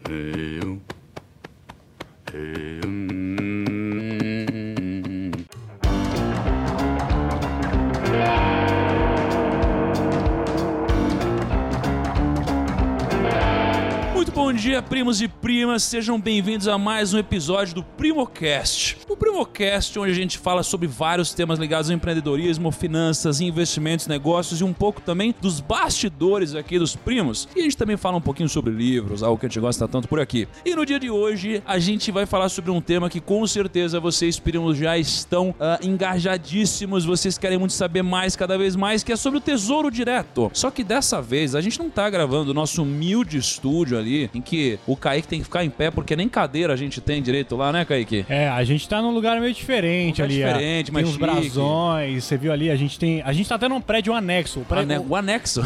Bom dia, primos e primas, sejam bem-vindos a mais um episódio do Primocast. O Primocast, onde a gente fala sobre vários temas ligados ao empreendedorismo, finanças, investimentos, negócios e um pouco também dos bastidores aqui dos primos. E a gente também fala um pouquinho sobre livros, algo que a gente gosta tanto por aqui. E no dia de hoje, a gente vai falar sobre um tema que com certeza vocês, primos, já estão engajadíssimos, vocês querem muito saber mais, cada vez mais, que é sobre o Tesouro Direto. Só que dessa vez, a gente não tá gravando o nosso humilde estúdio ali, em que o Kaique tem que ficar em pé, porque nem cadeira a gente tem direito lá, né, Kaique? É, a gente tá num lugar meio diferente ali. Diferente, tem mais uns chique. Brasões, você viu ali, a gente tá até num prédio anexo. O anexo?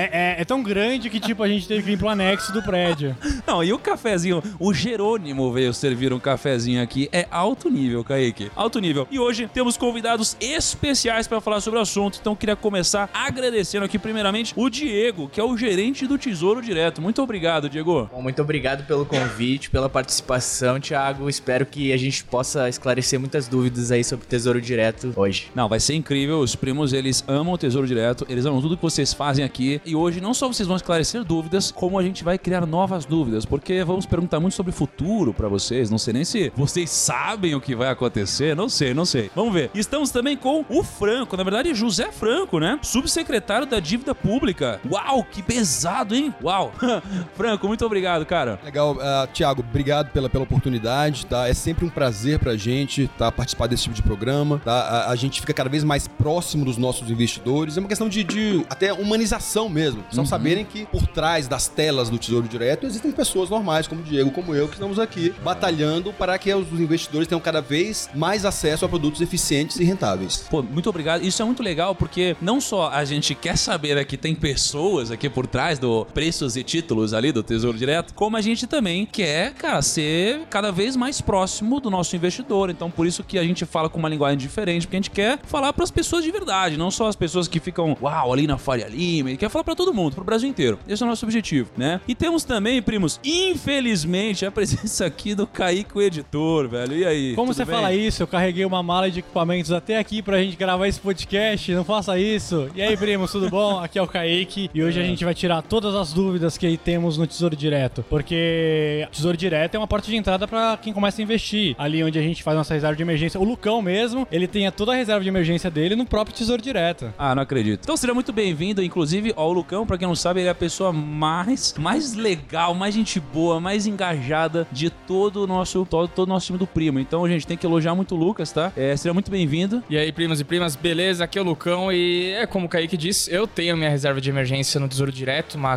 É tão grande que, tipo, a gente teve que ir pro anexo do prédio. Não, e o cafezinho? O Jerônimo veio servir um cafezinho aqui. É alto nível, Kaique. Alto nível. E hoje temos convidados especiais para falar sobre o assunto. Então, queria começar agradecendo aqui, primeiramente, o Diego, que é o gerente do Tesouro Direto. Muito obrigado, Diego. Bom, muito obrigado pelo convite, pela participação, Thiago. Espero que a gente possa esclarecer muitas dúvidas aí sobre o Tesouro Direto hoje. Não, vai ser incrível. Os primos, eles amam o Tesouro Direto, eles amam tudo que vocês fazem aqui. E hoje não só vocês vão esclarecer dúvidas, como a gente vai criar novas dúvidas, porque vamos perguntar muito sobre o futuro pra vocês. Não sei nem se vocês sabem o que vai acontecer. Não sei. Vamos ver. Estamos também com o Franco, na verdade, José Franco, né? Subsecretário da Dívida Pública. Uau, que pesado, hein? Uau. Franco, muito obrigado, cara. Legal, Thiago, obrigado pela oportunidade, tá? É sempre um prazer pra gente, tá? Participar desse tipo de programa, tá? A gente fica cada vez mais próximo dos nossos investidores. É uma questão de até humanização mesmo. Só saberem que por trás das telas do Tesouro Direto existem pessoas normais, como o Diego, como eu, que estamos aqui batalhando para que os investidores tenham cada vez mais acesso a produtos eficientes e rentáveis. Pô, muito obrigado. Isso é muito legal porque não só a gente quer saber que tem pessoas aqui por trás do preços e títulos ali do Tesouro Direto, como a gente também quer, cara, ser cada vez mais próximo do nosso investidor. Então, por isso que a gente fala com uma linguagem diferente, porque a gente quer falar para as pessoas de verdade, não só as pessoas que ficam, uau, ali na Faria Lima. A gente quer falar para todo mundo, para o Brasil inteiro. Esse é o nosso objetivo, né? E temos também, primos, infelizmente, a presença aqui do Kaique, o editor, velho. E aí? Como você bem? fala isso? Eu carreguei uma mala de equipamentos até aqui pra gente gravar esse podcast. Não faça isso. E aí, primos, tudo bom? Aqui é o Kaique. E hoje a gente vai tirar todas as dúvidas que temos no Tesouro Direto. Porque Tesouro Direto é uma porta de entrada pra quem começa a investir. Ali onde a gente faz nossa reserva de emergência. O Lucão mesmo, ele tem toda a reserva de emergência dele no próprio Tesouro Direto. Ah, não acredito. Então seja muito bem-vindo. Inclusive, ó, o Lucão, pra quem não sabe, ele é a pessoa mais legal, mais gente boa, mais engajada de todo o nosso time do Primo. Então, gente, tem que elogiar muito o Lucas, tá? Seja muito bem-vindo. E aí, primos e primas, beleza? Aqui é o Lucão e é como o Kaique disse, eu tenho minha reserva de emergência no Tesouro Direto, uma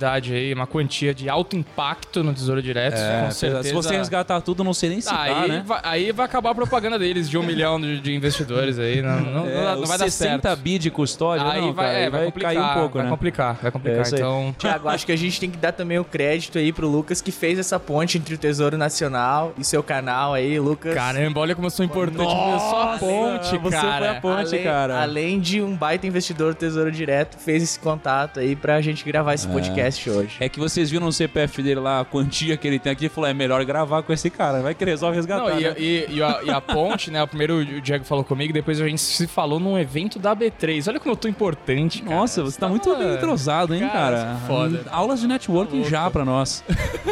quantia de alto impacto no Tesouro Direto, com certeza. Se você resgatar tudo, não sei nem se dá, né? Aí vai acabar a propaganda deles de 1 milhão de investidores aí, não vai dar certo. 60 bi de custódia, aí não, vai cair um pouco, vai né? complicar. Então, Thiago, acho que a gente tem que dar também o crédito aí pro Lucas, que fez essa ponte entre o Tesouro Nacional e seu canal aí, Lucas. Caramba, olha como eu sou importante. Eu sou a ponte, você cara. foi a ponte, cara. Além de um baita investidor do Tesouro Direto, fez esse contato aí pra gente gravar esse podcast hoje. É que vocês viram no CPF dele lá a quantia que ele tem aqui e falou, é melhor gravar com esse cara, vai que resolve resgatar. Não, né? e a ponte, né? Primeiro o Diego falou comigo, depois a gente se falou num evento da B3. Olha como eu tô importante, cara. Nossa, você tá muito bem entrosado, hein, cara? Foda. Aulas de networking já pra nós.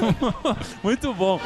Muito bom.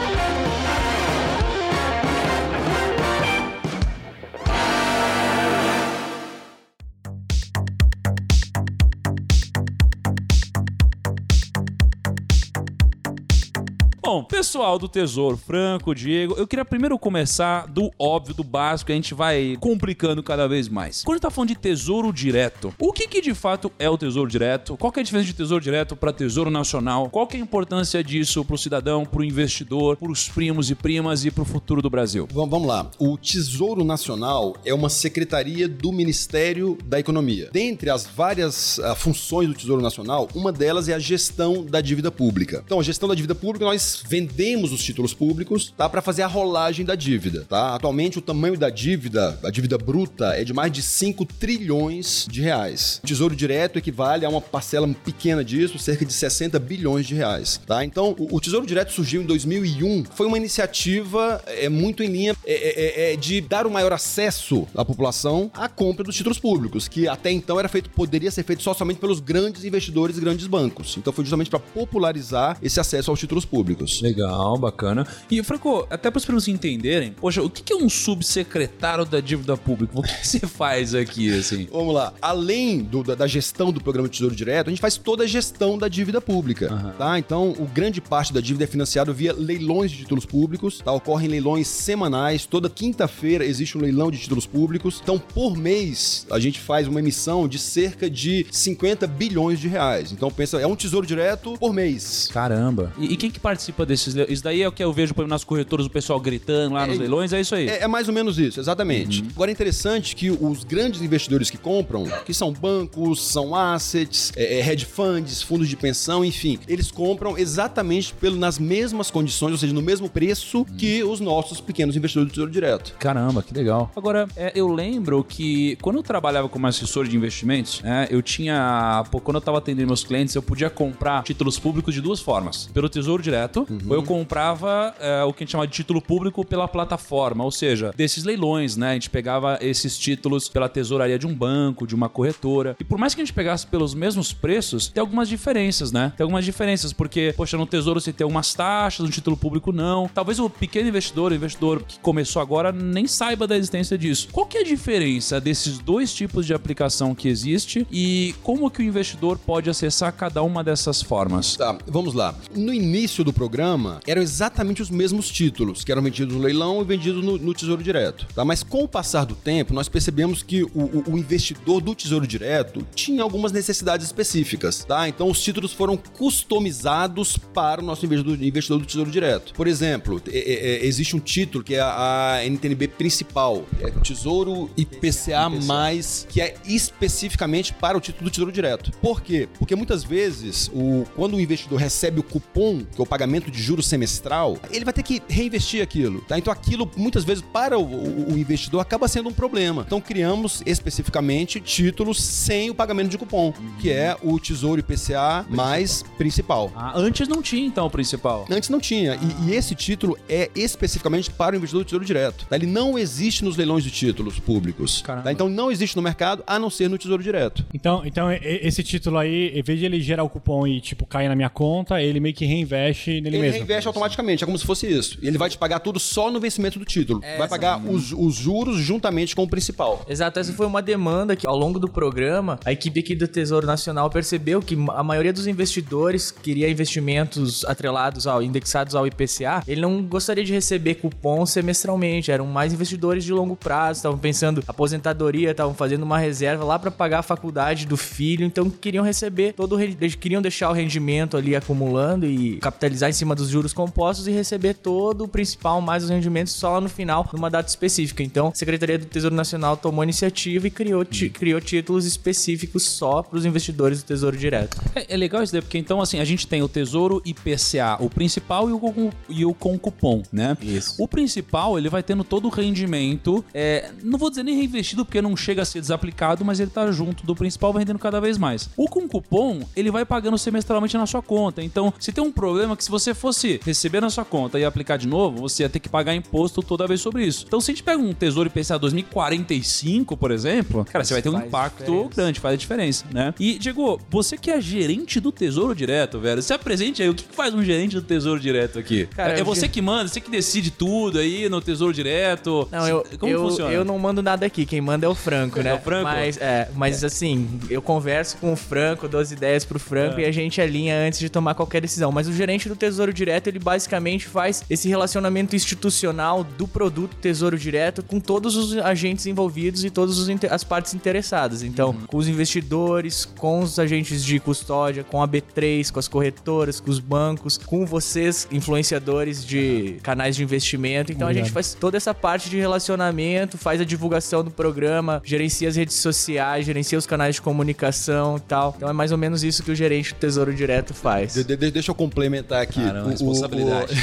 Bom, pessoal do Tesouro, Franco, Diego, eu queria primeiro começar do óbvio, do básico, a gente vai complicando cada vez mais. Quando a gente tá falando de Tesouro Direto, o que de fato é o Tesouro Direto? Qual que é a diferença de Tesouro Direto para Tesouro Nacional? Qual que é a importância disso pro cidadão, pro investidor, pros primos e primas e pro futuro do Brasil? Vamos lá. O Tesouro Nacional é uma secretaria do Ministério da Economia. Dentre as várias funções do Tesouro Nacional, uma delas é a gestão da dívida pública. Então, a gestão da dívida pública, nós nós vendemos os títulos públicos, tá, para fazer a rolagem da dívida, tá? Atualmente o tamanho da dívida, a dívida bruta, é de mais de 5 trilhões de reais. O Tesouro Direto equivale a uma parcela pequena disso, cerca de 60 bilhões de reais, tá? Então, o Tesouro Direto surgiu em 2001, foi uma iniciativa muito em linha de dar o maior acesso à população à compra dos títulos públicos, que até então poderia ser feito somente pelos grandes investidores e grandes bancos. Então foi justamente para popularizar esse acesso aos títulos públicos. Legal, bacana. E, Franco, até para os primos entenderem, poxa, o que é um subsecretário da dívida pública? O que você faz aqui, assim? Vamos lá. Além da gestão do programa Tesouro Direto, a gente faz toda a gestão da dívida pública, tá? Então, grande parte da dívida é financiada via leilões de títulos públicos, tá? Ocorrem leilões semanais, toda quinta-feira existe um leilão de títulos públicos. Então, por mês, a gente faz uma emissão de cerca de 50 bilhões de reais. Então, pensa, é um Tesouro Direto por mês. Caramba. E quem que participa desses leilões? Isso daí é o que eu vejo nas corretoras, o pessoal gritando lá nos leilões, é isso aí? É mais ou menos isso, exatamente. Agora, é interessante que os grandes investidores que compram, que são bancos, são assets, hedge funds, fundos de pensão, enfim, eles compram exatamente nas mesmas condições, ou seja, no mesmo preço que os nossos pequenos investidores do Tesouro Direto. Caramba, que legal. Agora, eu lembro que quando eu trabalhava como assessor de investimentos, eu tinha... quando eu estava atendendo meus clientes, eu podia comprar títulos públicos de duas formas. Pelo Tesouro Direto, ou eu comprava o que a gente chama de título público pela plataforma, ou seja, desses leilões, né? A gente pegava esses títulos pela tesouraria de um banco, de uma corretora. E por mais que a gente pegasse pelos mesmos preços, tem algumas diferenças, né? Tem algumas diferenças, porque, poxa, no Tesouro você tem algumas taxas, no título público não. Talvez o pequeno investidor, o investidor que começou agora, nem saiba da existência disso. Qual que é a diferença desses dois tipos de aplicação que existe e como que o investidor pode acessar cada uma dessas formas? Tá, vamos lá. No início do programa, eram exatamente os mesmos títulos que eram vendidos no leilão e vendidos no Tesouro Direto, tá? Mas com o passar do tempo, nós percebemos que o investidor do Tesouro Direto tinha algumas necessidades específicas, tá? Então, os títulos foram customizados para o nosso investidor do Tesouro Direto. Por exemplo, existe um título que é a NTNB principal, é o Tesouro IPCA+, que é especificamente para o título do Tesouro Direto. Por quê? Porque muitas vezes, quando o investidor recebe o cupom, que é o pagamento de juros semestral, ele vai ter que reinvestir aquilo, tá? Então aquilo, muitas vezes, para o investidor, acaba sendo um problema. Então criamos especificamente títulos sem o pagamento de cupom, que é o Tesouro IPCA mais principal. Antes não tinha, então, o principal? Antes não tinha. E esse título é especificamente para o investidor do Tesouro Direto, tá? Ele não existe nos leilões de títulos públicos, tá? Então não existe no mercado, a não ser no Tesouro Direto. Então esse título aí, em vez de ele gerar o cupom e, cair na minha conta, ele meio que reinveste nele mesmo. Ele reinveste automaticamente, é como se fosse isso. E ele vai te pagar tudo só no vencimento do título. Vai pagar os juros juntamente com o principal. Exato, essa foi uma demanda que ao longo do programa, a equipe aqui do Tesouro Nacional percebeu que a maioria dos investidores queria investimentos atrelados indexados ao IPCA, ele não gostaria de receber cupom semestralmente, eram mais investidores de longo prazo, estavam pensando aposentadoria, estavam fazendo uma reserva lá para pagar a faculdade do filho, então queriam receber queriam deixar o rendimento ali acumulando e capitalizar em cima dos juros compostos e receber todo o principal mais os rendimentos só lá no final, numa data específica. Então, a Secretaria do Tesouro Nacional tomou a iniciativa e criou títulos específicos só para os investidores do Tesouro Direto. É legal isso daí, porque então, assim, a gente tem o Tesouro IPCA, o principal e o com cupom, né? Isso. O principal, ele vai tendo todo o rendimento, não vou dizer nem reinvestido, porque não chega a ser desaplicado, mas ele tá junto do principal, vai rendendo cada vez mais. O com cupom, ele vai pagando semestralmente na sua conta. Então, se tem um problema que se você fosse receber na sua conta e aplicar de novo, você ia ter que pagar imposto toda vez sobre isso. Então, se a gente pega um Tesouro IPCA 2045, por exemplo, cara, você vai ter um impacto grande, faz a diferença, né? E, Diego, você que é gerente do Tesouro Direto, velho, se apresente aí, o que faz um gerente do Tesouro Direto aqui? Cara, você que manda, você que decide tudo aí no Tesouro Direto? Não, como funciona? Eu não mando nada aqui, quem manda é o Franco, né? É o Franco? Mas assim, eu converso com o Franco, dou as ideias pro Franco e a gente alinha antes de tomar qualquer decisão. Mas o gerente do Tesouro Direto, ele basicamente faz esse relacionamento institucional do produto Tesouro Direto com todos os agentes envolvidos e todas as partes interessadas. Então, com os investidores, com os agentes de custódia, com a B3, com as corretoras, com os bancos, com vocês, influenciadores de canais de investimento. Então, a gente faz toda essa parte de relacionamento, faz a divulgação do programa, gerencia as redes sociais, gerencia os canais de comunicação e tal. Então, é mais ou menos isso que o gerente do Tesouro Direto faz. Deixa eu complementar aqui. Caramba, responsabilidade.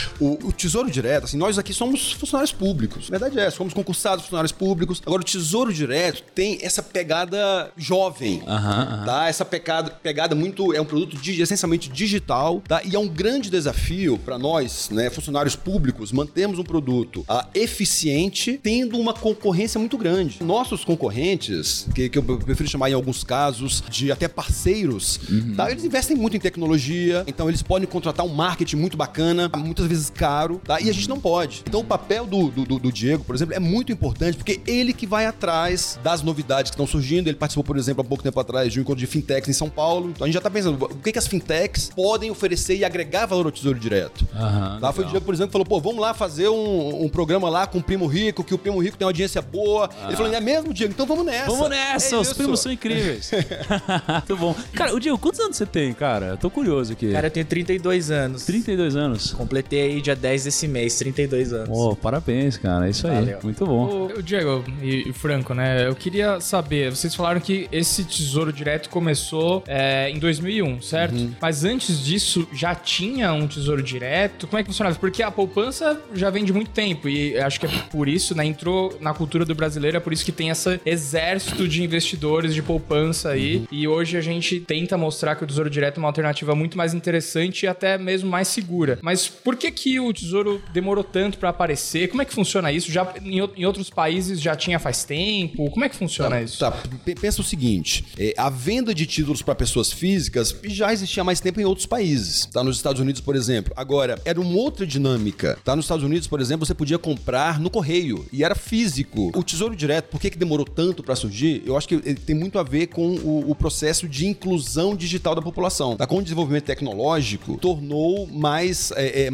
O Tesouro Direto, assim, nós aqui somos funcionários públicos. A verdade é essa, somos concursados funcionários públicos. Agora, o Tesouro Direto tem essa pegada jovem, tá? Essa pegada muito... É um produto essencialmente digital, tá? E é um grande desafio para nós, né, funcionários públicos, mantermos um produto eficiente, tendo uma concorrência muito grande. Nossos concorrentes, que eu prefiro chamar em alguns casos de até parceiros, tá? Eles investem muito em tecnologia, então eles podem contratar um marketing muito bacana, muitas vezes caro, tá? E a gente não pode. Então o papel do Diego, por exemplo, é muito importante, porque ele que vai atrás das novidades que estão surgindo. Ele participou, por exemplo, há pouco tempo atrás de um encontro de fintechs em São Paulo. Então a gente já tá pensando, o que as fintechs podem oferecer e agregar valor ao Tesouro Direto. Tá? Foi o Diego, por exemplo, que falou, pô, vamos lá fazer um programa lá com o Primo Rico, que o Primo Rico tem uma audiência boa. Ele falou, é mesmo, Diego? Então vamos nessa. Vamos nessa, os primos são incríveis. Muito bom. Cara, o Diego, quantos anos você tem, cara? Eu tô curioso aqui. Cara, eu tenho 32 anos. 32 anos? Completei aí dia 10 desse mês, 32 anos. Oh, parabéns, cara. É isso aí. Valeu. Muito bom. O Diego e o Franco, né? Eu queria saber, vocês falaram que esse Tesouro Direto começou em 2001, certo? Mas antes disso, já tinha um Tesouro Direto? Como é que funcionava? Porque a poupança já vem de muito tempo e acho que é por isso, né? Entrou na cultura do brasileiro, é por isso que tem esse exército de investidores de poupança aí. E hoje a gente tenta mostrar que o Tesouro Direto é uma alternativa muito mais interessante e até mesmo mais segura. Mas por que o Tesouro demorou tanto pra aparecer? Como é que funciona isso? Já em outros países já tinha faz tempo? Como é que funciona isso? Tá, pensa o seguinte, a venda de títulos para pessoas físicas já existia há mais tempo em outros países, tá? Nos Estados Unidos, por exemplo. Agora, era uma outra dinâmica, tá? Nos Estados Unidos, por exemplo, você podia comprar no correio e era físico. O Tesouro Direto, por que demorou tanto para surgir? Eu acho que ele tem muito a ver com o processo de inclusão digital da população. Tá? Com o desenvolvimento tecnológico, tornou mais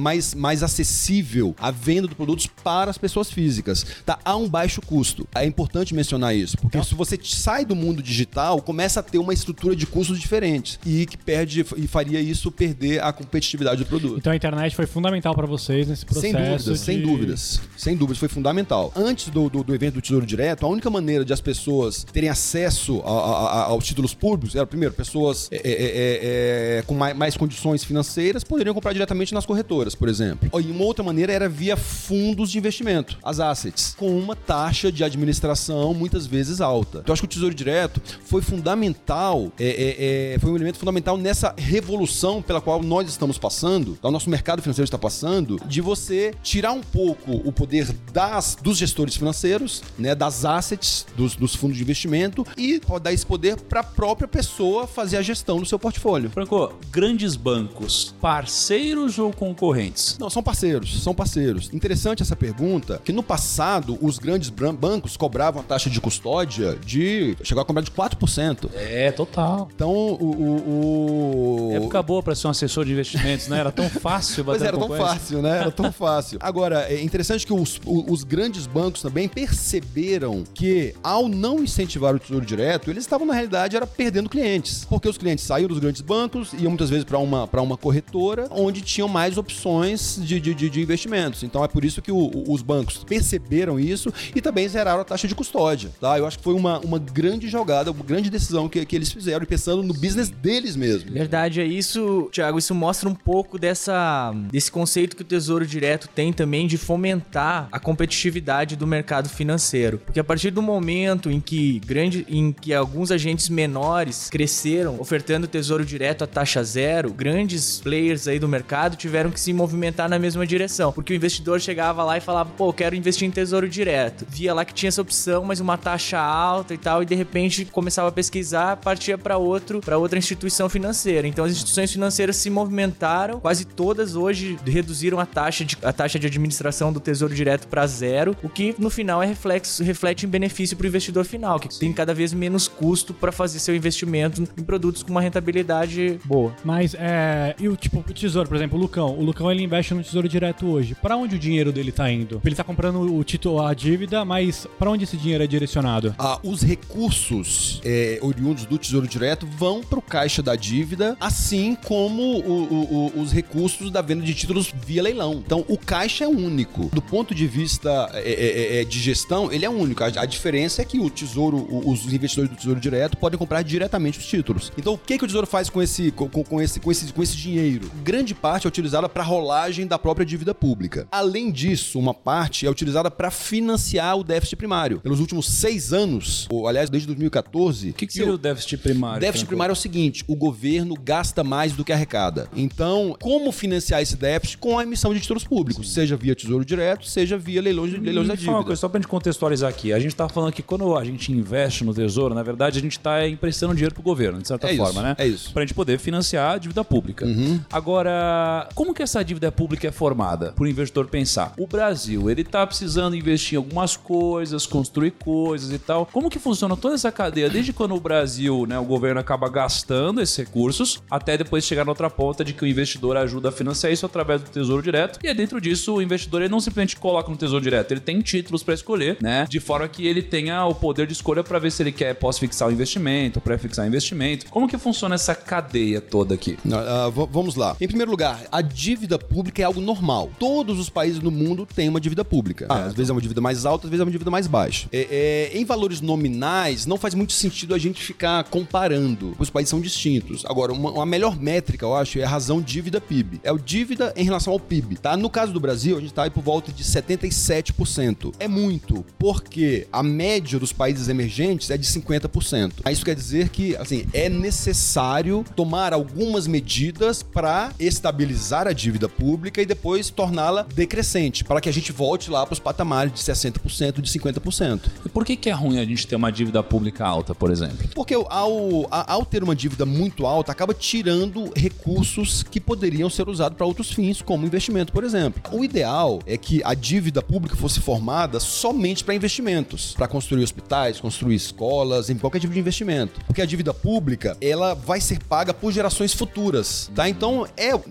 acessível a venda de produtos para as pessoas físicas. Tá? Há um baixo custo. É importante mencionar isso, porque se você sai do mundo digital, começa a ter uma estrutura de custos diferentes e que perde e faria isso perder a competitividade do produto. Então a internet foi fundamental para vocês nesse processo. Sem dúvidas, foi fundamental. Antes do evento do Tesouro Direto, a única maneira de as pessoas terem acesso aos títulos públicos era, primeiro, pessoas com mais condições financeiras poderiam comprar diretamente nas corretoras, por exemplo. E uma outra maneira era via fundos de investimento, as assets, com uma taxa de administração muitas vezes alta. Então, eu acho que o Tesouro Direto foi fundamental, foi um elemento fundamental nessa revolução pela qual nós estamos passando, o nosso mercado financeiro está passando, de você tirar um pouco o poder dos gestores financeiros, né, das assets, dos fundos de investimento, e dar esse poder para a própria pessoa fazer a gestão do seu portfólio. Franco, grandes bancos, parceiros ou concorrentes? Não, são parceiros. Interessante essa pergunta, que no passado os grandes bancos cobravam a taxa de custódia chegou a cobrar de 4%. É, total. Então, época boa para ser um assessor de investimentos, né? Era tão fácil bater. Pois era tão fácil, né? Era tão fácil. Agora, é interessante que os grandes bancos também perceberam que, ao não incentivar o Tesouro Direto, eles estavam, na realidade, perdendo clientes. Porque os clientes saíam dos grandes bancos, iam muitas vezes para uma corretora, onde tinham mais opções de investimentos. Então, é por isso que os bancos perceberam isso e também zeraram a taxa de custódia, tá? Eu acho que foi uma grande jogada, uma grande decisão que eles fizeram, e pensando no business deles mesmo. Verdade, é isso, Thiago, isso mostra um pouco desse conceito que o Tesouro Direto tem também de fomentar a competitividade do mercado financeiro. Porque a partir do momento em que alguns agentes menores cresceram ofertando Tesouro Direto a taxa zero, grandes players aí do mercado tiveram que se movimentar na mesma direção. Porque o investidor chegava lá e falava, pô, eu quero investir em Tesouro Direto. Via lá que tinha essa opção, mas uma taxa alta e tal, e de repente começava a pesquisar, partia para outra instituição financeira. Então as instituições financeiras se movimentaram, quase todas hoje reduziram a taxa de administração do Tesouro Direto para zero, o que no final reflete em benefício para o investidor final, que tem cada vez menos custo para fazer seu investimento em produtos com uma rentabilidade boa. Mas, e o Tesouro, por exemplo, o Lucão ele investe no Tesouro Direto hoje. Para onde o dinheiro dele tá indo? Ele tá comprando o título, a dívida, mas para onde esse dinheiro é direcionado? Os recursos oriundos do Tesouro Direto vão para o caixa da dívida, assim como os recursos da venda de títulos via leilão. Então, o caixa é único. Do ponto de vista de gestão, ele é único. A diferença é que os investidores do Tesouro Direto podem comprar diretamente os títulos. Então, o que o Tesouro faz com esse dinheiro? grande parte é utilizada para rolagem da própria dívida pública. Além disso, uma parte é utilizada para financiar o déficit primário. Pelos últimos 6 anos, ou aliás, desde 2014... O que seria o déficit primário? O déficit primário é o seguinte, o governo gasta mais do que arrecada. Então, como financiar esse déficit? Com a emissão de títulos públicos, seja via Tesouro Direto, seja via leilões da dívida. Uma coisa, só pra gente contextualizar aqui, a gente tá falando que quando a gente investe no Tesouro, na verdade, a gente tá emprestando dinheiro pro governo, de certa forma, né? É isso. Pra gente poder financiar a dívida pública. Agora, como que essa dívida pública é formada? Pro investidor pensar. O Brasil, ele tá precisando investir em algumas coisas, construir coisas e tal. Como que funciona toda essa cadeia? Desde quando o Brasil, né, o governo acaba gastando esses recursos, até depois chegar na outra ponta de que o investidor ajuda a financiar isso através do Tesouro Direto. E aí, dentro disso, o investidor ele não simplesmente coloca no Tesouro Direto, ele tem títulos para escolher, né? De forma que ele tenha o poder de escolha para ver se ele quer pós-fixar o investimento, pré-fixar o investimento. Como que funciona essa cadeia toda aqui? Vamos lá. Em primeiro lugar, a dívida pública é algo normal. Todos os países do mundo têm uma dívida pública. Às vezes é uma dívida mais alta, às vezes é uma dívida mais baixa. Em valores nominais, não faz muito sentido a gente ficar comparando. Os países são distintos. Agora, uma melhor métrica, eu acho, é a razão dívida-PIB. É o dívida em relação ao PIB, tá? No caso do Brasil, a gente tá aí por volta de 77%. É muito, porque a média dos países emergentes é de 50%. Isso quer dizer que, assim, é necessário tomar algumas medidas para estabilizar a dívida pública e depois torná-la decrescente, para que a gente volte lá para os patamares de 60%, de 50%. E por que é ruim a gente ter uma dívida pública alta, por exemplo? Porque ao ter uma dívida muito alta, acaba tirando recursos que poderiam ser usados para outros fins, como investimento, por exemplo. O ideal é que a dívida pública fosse formada somente para investimentos, para construir hospitais, construir escolas, em qualquer tipo de investimento. Porque a dívida pública, ela vai ser paga por gerações futuras, tá? Então,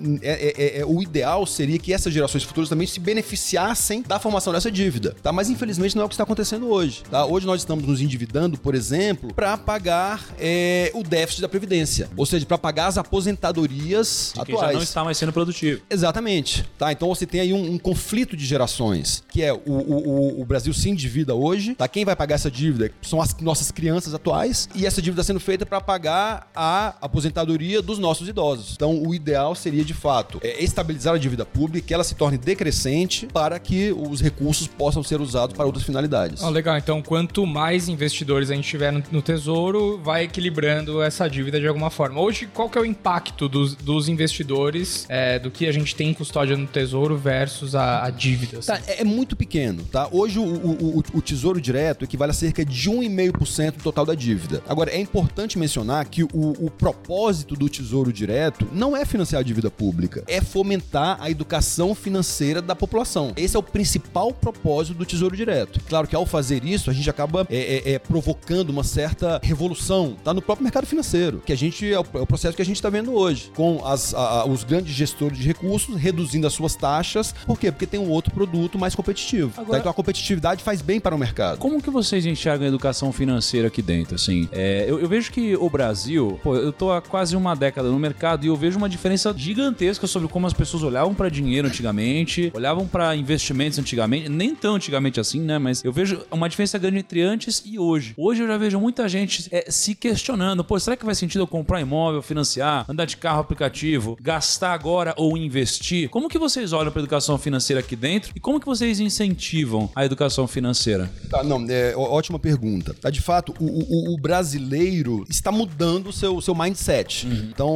o ideal seria que essas gerações futuras também se beneficiassem da formação dessa dívida, tá? Mas, infelizmente, não é o que está acontecendo hoje, tá? Hoje nós estamos nos endividando, por exemplo, para pagar o déficit da Previdência, ou seja, para pagar as aposentadorias de quem atuais. já não está mais sendo produtivo. Exatamente, tá? Então você tem aí um conflito de gerações, que é o Brasil se endivida hoje, tá? Quem vai pagar essa dívida são as nossas crianças atuais, e essa dívida está sendo feita para pagar a aposentadoria dos nossos idosos. Então o ideal seria, de fato, estabilizar a dívida pública, que ela se torne decrescente para que os recursos possam ser usados para outras finalidades. Legal, então quanto mais investidores a gente tiver no Tesouro, vai equilibrando essa dívida de alguma forma. Hoje, qual que é o impacto dos investidores, do que a gente tem em custódia no Tesouro versus a dívida? Assim? Tá, é muito pequeno, tá? Hoje o Tesouro Direto equivale a cerca de 1,5% do total da dívida. Agora, é importante mencionar que o propósito do Tesouro Direto não é financiar a dívida pública, é fomentar a educação financeira da população. Esse é o principal propósito do Tesouro Direto. Claro que ao fazer isso, a gente acaba provocando uma certa revolução, tá? No próprio mercado financeiro, que é o processo que a gente está vendo hoje, com os grandes gestores de recursos reduzindo as suas taxas. Por quê? Porque tem um outro produto mais competitivo. Agora, tá? Então a competitividade faz bem para o mercado. Como que vocês enxergam a educação financeira aqui dentro? Assim, eu vejo que o Brasil, eu tô há quase uma década no mercado e eu vejo uma diferença gigantesca sobre como as pessoas olhavam para dinheiro antigamente, olhavam para investimentos antigamente, nem tão antigamente assim, né? Mas eu vejo uma diferença grande entre antes e hoje. Hoje eu já vejo muita gente se questionando, será que faz sentido eu comprar imóvel, financiar, andar de carro aplicativo, gastar agora ou investir? Como que vocês olham para a educação financeira aqui dentro e como que vocês incentivam a educação financeira? Tá, ótima pergunta. Tá, de fato, o brasileiro está mudando o seu mindset. Então,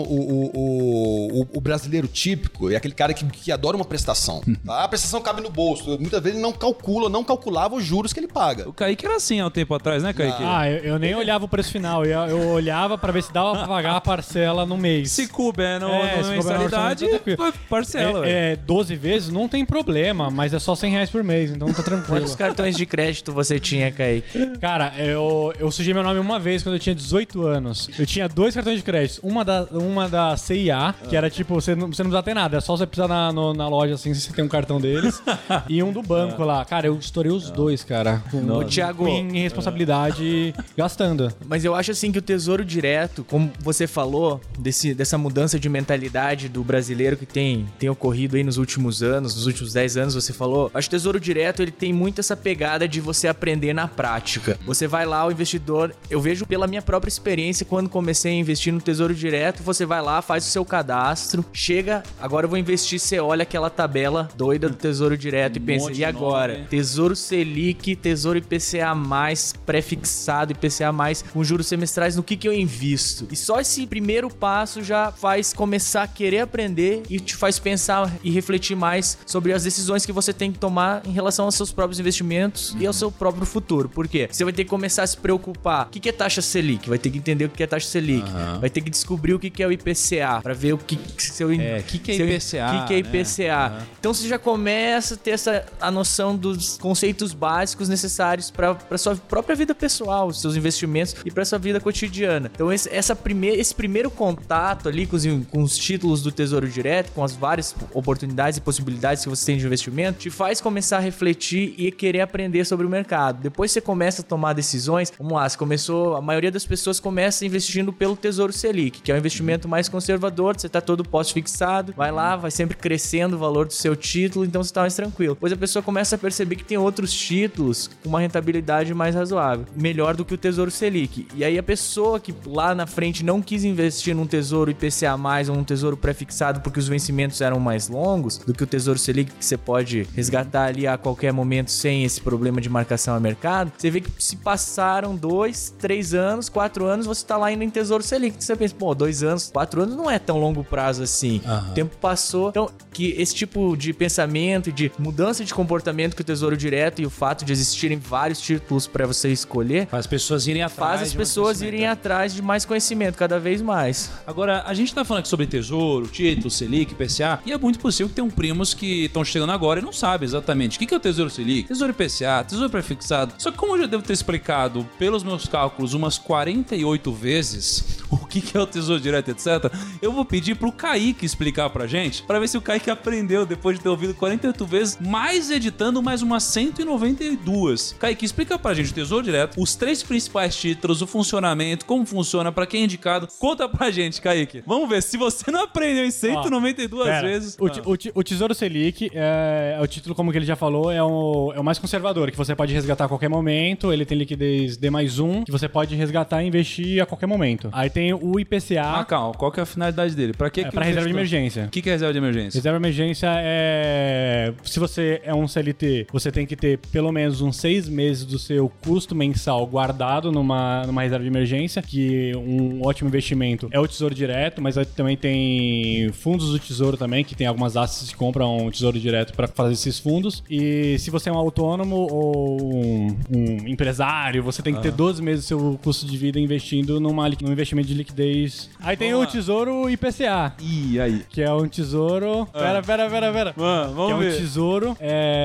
o brasileiro típico é aquele cara que adora uma prestação. Tá? A prestação cabe no bolso. Muitas vezes ele não calculava os juros que ele paga. O Kaique era assim há um tempo atrás, né, Kaique? Eu nem olhava o preço final. Eu olhava pra ver se dava pra pagar a parcela no mês. Se couber na mensalidade, parcela. 12 vezes não tem problema, mas é só R$100 por mês, então tá tranquilo. Quantos cartões de crédito você tinha, Kaique? Cara, eu sujei meu nome uma vez quando eu tinha 18 anos. Eu tinha 2 cartões de crédito. Uma da CIA, que era tipo, você não precisa ter nada, é só você precisar na loja assim, se você tem um cartão deles. E um do banco lá. Cara, eu estourei os dois, cara. O Thiago, em responsabilidade, gastando. Mas eu acho assim que o Tesouro Direto, como você falou, dessa mudança de mentalidade do brasileiro que tem ocorrido aí nos últimos anos, nos últimos 10 anos, você falou, acho que o Tesouro Direto, ele tem muito essa pegada de você aprender na prática. Você vai lá, o investidor, eu vejo pela minha própria experiência, quando comecei a investir no Tesouro Direto, você vai lá, faz o seu cadastro, cadastro, chega, agora eu vou investir, você olha aquela tabela doida do Tesouro Direto e pensa, e agora? nome. Tesouro Selic, Tesouro IPCA+, pré-fixado, IPCA+, com juros semestrais, no que eu invisto? E só esse primeiro passo já faz começar a querer aprender e te faz pensar e refletir mais sobre as decisões que você tem que tomar em relação aos seus próprios investimentos e ao seu próprio futuro. Por quê? Você vai ter que começar a se preocupar. O que é taxa Selic? Vai ter que entender o que é taxa Selic. Vai ter que descobrir o que é o IPCA, para ver o que seu... O que é IPCA? O que é IPCA? Então você já começa a ter a noção dos conceitos básicos necessários para sua própria vida pessoal, seus investimentos e para sua vida cotidiana. Então esse primeiro contato ali com os títulos do Tesouro Direto, com as várias oportunidades e possibilidades que você tem de investimento, te faz começar a refletir e querer aprender sobre o mercado. Depois você começa a tomar decisões. Vamos lá, a maioria das pessoas começa investindo pelo Tesouro Selic, que é um investimento mais conservador, você tá todo pós-fixado, vai lá, vai sempre crescendo o valor do seu título, então você tá mais tranquilo. Depois a pessoa começa a perceber que tem outros títulos com uma rentabilidade mais razoável, melhor do que o Tesouro Selic. E aí a pessoa que lá na frente não quis investir num Tesouro IPCA+, ou num Tesouro pré-fixado porque os vencimentos eram mais longos do que o Tesouro Selic, que você pode resgatar ali a qualquer momento sem esse problema de marcação a mercado, você vê que se passaram 2, 3 anos, 4 anos, você tá lá indo em Tesouro Selic. Você pensa, 2 anos, 4 anos não é tão longo prazo assim. O tempo passou. Então, que esse tipo de pensamento, de mudança de comportamento que o Tesouro Direto e o fato de existirem vários títulos para você escolher, Faz as pessoas irem atrás. faz as pessoas irem atrás de mais conhecimento, cada vez mais. Agora, a gente tá falando aqui sobre tesouro, título, Selic, IPCA, e é muito possível que tenham primos que estão chegando agora e não sabem exatamente o que é o Tesouro Selic, Tesouro IPCA, Tesouro pré-fixado. Só que como eu já devo ter explicado, pelos meus cálculos, umas 48 vezes o que é o Tesouro Direto, etc., eu vou pedir pro Kaique explicar pra gente, pra ver se o Kaique aprendeu depois de ter ouvido 48 vezes, mais editando mais umas 192. Kaique, explica pra gente o Tesouro Direto, os 3 principais títulos, o funcionamento, como funciona, pra quem é indicado. Conta pra gente, Kaique. Vamos ver, se você não aprendeu em 192 vezes... O Tesouro Selic é o título, como que ele já falou, é o mais conservador, que você pode resgatar a qualquer momento. Ele tem liquidez D+1, que você pode resgatar e investir a qualquer momento. Aí tem o IPCA. Calma, qual que é a finalidade dele? Pra que pra reserva de emergência. O que é reserva de emergência? Reserva de emergência é... Se você é um CLT, você tem que ter pelo menos uns 6 meses do seu custo mensal guardado numa reserva de emergência, que um ótimo investimento é o Tesouro Direto, mas também tem fundos do Tesouro também, que tem algumas assets que compram um Tesouro Direto para fazer esses fundos. E se você é um autônomo ou um empresário, você tem que ter 12 meses do seu custo de vida investindo num investimento de liquidez. Aí tem o Tesouro IPCA. Ih, aí. Que é um tesouro... Pera. Vamos que é um ver. tesouro...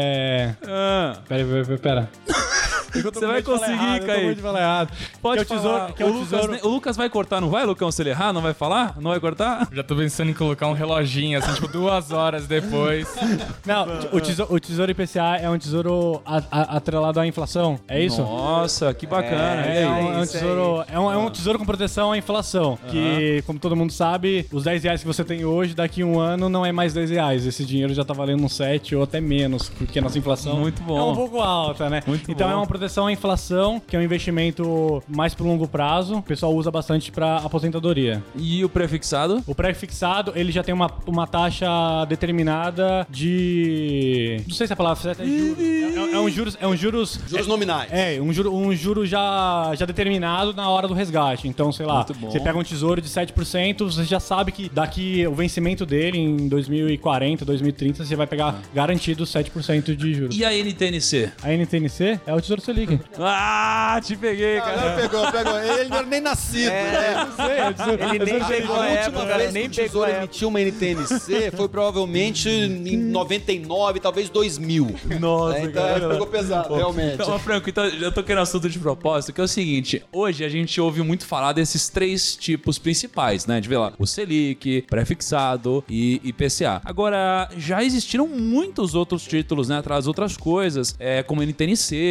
Pera. Você vai conseguir, Kaique. Pode que é o falar. tesouro, que é o tesouro... O Lucas vai cortar, não vai, Lucão? Se ele errar, não vai falar? Não vai cortar? Já tô pensando em colocar um reloginho, assim, tipo 2 horas depois. Não, o tesouro IPCA é um tesouro atrelado à inflação, é isso? Nossa, que bacana. É um tesouro, é um tesouro com proteção à inflação, que, como todo mundo sabe, os 10 reais que você tem hoje, daqui a um ano, não é mais 10 reais. Esse dinheiro já tá valendo uns 7 ou até menos, porque a nossa inflação Muito bom. é um pouco alta, né? Muito então bom. é uma proteção à inflação, que é um investimento mais pro longo prazo. O pessoal usa bastante pra aposentadoria. E o prefixado? O pré-fixado, ele já tem uma taxa determinada de... Não sei se a palavra certa é juros. É um juros... Juros nominais. Um juro já determinado na hora do resgate. Então, sei lá, Muito bom. você pega um tesouro de 7%, você já sabe que daqui o vencimento dele em 2040, 2030, você vai pegar garantido 7% de juros. E a NTNC? A NTNC é o Tesouro Selic. Ah, te peguei, cara. Pegou. Ele não era nem nascido. Ele nem pegou a época, nem o pegou Tesouro a época. emitiu uma NTNC foi provavelmente em 99, talvez 2000. Nossa, Então pegou pesado, realmente. Então, Franco, então eu tô querendo assunto de propósito, que é o seguinte: hoje a gente ouve muito falar desses 3 tipos principais, né? De ver lá, o Selic, pré-fixado e IPCA. Agora, já existiram muitos outros títulos, né? Atrás de outras coisas, como NTNC. Enfim, quando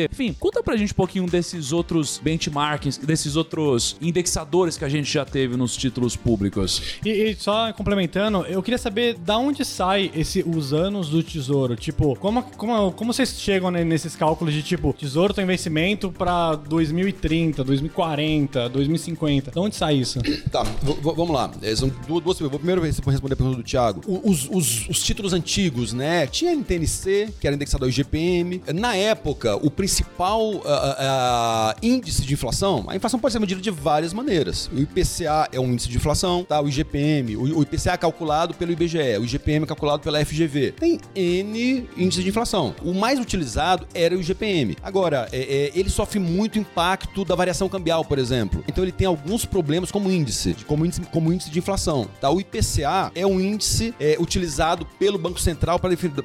Conta pra gente um pouquinho desses outros benchmarkings, desses outros indexadores que a gente já teve nos títulos públicos. E só complementando, eu queria saber da onde sai os anos do Tesouro. Tipo, como vocês chegam nesses cálculos de tipo, Tesouro tem vencimento pra 2030, 2040, 2050? Da onde sai isso? Tá, vamos lá. São duas. Vou primeiro responder a pergunta do Thiago. Os títulos antigos, né? Tinha NTNC, que era indexado ao IGPM. Na época, o principal índice de inflação, a inflação pode ser medida de várias maneiras. O IPCA é um índice de inflação, tá? O IGPM, o IPCA é calculado pelo IBGE, o IGPM é calculado pela FGV. Tem N índices de inflação. O mais utilizado era o IGPM. Agora, ele sofre muito impacto da variação cambial, por exemplo. Então ele tem alguns problemas como índice de inflação. Tá? O IPCA é um índice utilizado pelo Banco Central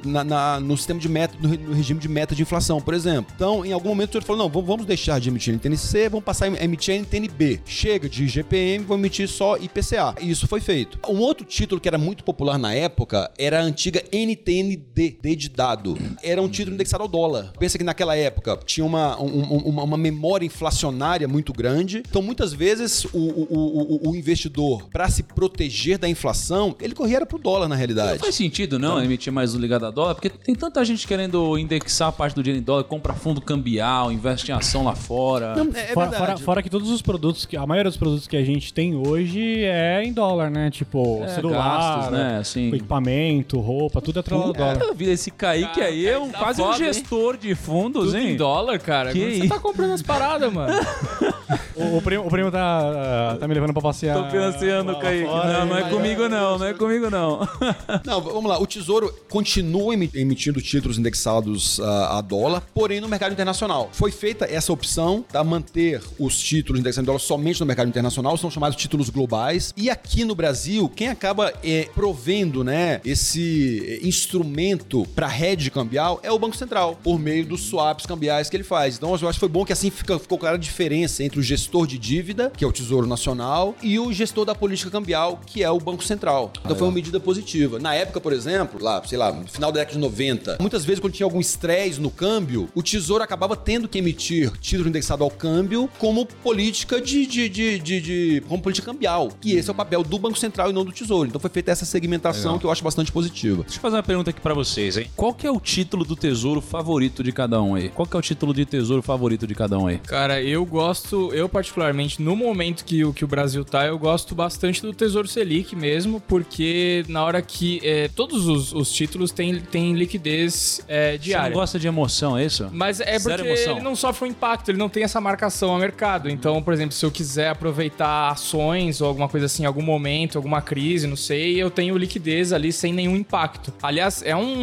no sistema de meta, no regime de meta de inflação, por exemplo. Então, em algum momento, ele falou, não, vamos deixar de emitir NTNC, vamos passar a emitir NTNB. Chega de IGPM, vamos emitir só IPCA. E isso foi feito. Um outro título que era muito popular na época era a antiga NTND, D de dado. Era um título indexado ao dólar. Pensa que naquela época tinha uma memória inflacionária muito grande. Então, muitas vezes, o investidor, para se proteger da inflação, ele corria pro dólar, na realidade. Não faz sentido, não, emitir mais o ligado a dólar, porque tem tanta gente querendo indexar a parte do dinheiro em dólar, compra fundo cambial, investe em ação lá fora. Não, é verdade. Fora que todos os produtos, a maioria dos produtos que a gente tem hoje é em dólar, né? Tipo, celular, gastos, né? Assim. Equipamento, roupa, tudo é atrelado ao dólar. Eu vi esse Kaique aí, é quase um gestor de fundos, Tudo hein? em dólar, cara. Que Você isso? tá comprando as paradas, mano. O primo tá me levando pra passear. Tô financiando o Kaique. Não é comigo não, não é comigo não. Não, vamos lá. O Tesouro continua emitindo títulos indexados a dólar, porém no mercado internacional. Foi feita essa opção, tá? Manter os títulos indexados em dólar somente no mercado internacional, são chamados títulos globais. E aqui no Brasil, quem acaba provendo, né, esse instrumento para hedge cambial é o Banco Central, por meio dos swaps cambiais que ele faz. Então, eu acho que foi bom que assim ficou clara a diferença entre o gestor de dívida, que é o Tesouro Nacional, e o gestor da política cambial, que é o Banco Central. Então, foi uma medida positiva. Na época, por exemplo, no final da década de 90, muitas vezes quando tinha algum estresse no câmbio, o Tesouro acabava tendo que emitir título indexado ao câmbio como política como política cambial. E esse é o papel do Banco Central e não do Tesouro. Então foi feita essa segmentação que eu acho bastante positiva. Deixa eu fazer uma pergunta aqui pra vocês, hein? Qual que é o título do Tesouro favorito de cada um aí? Qual que é o título de Tesouro favorito de cada um aí? Cara, eu particularmente, no momento que o Brasil tá, eu gosto bastante do Tesouro Selic mesmo, porque na hora que todos os títulos têm liquidez diária. Você não gosta de emoção, é isso? Mas é porque ele não sofre um impacto, ele não tem essa marcação a mercado. Então, por exemplo, se eu quiser aproveitar ações ou alguma coisa assim, em algum momento, alguma crise, não sei, eu tenho liquidez ali sem nenhum impacto. Aliás,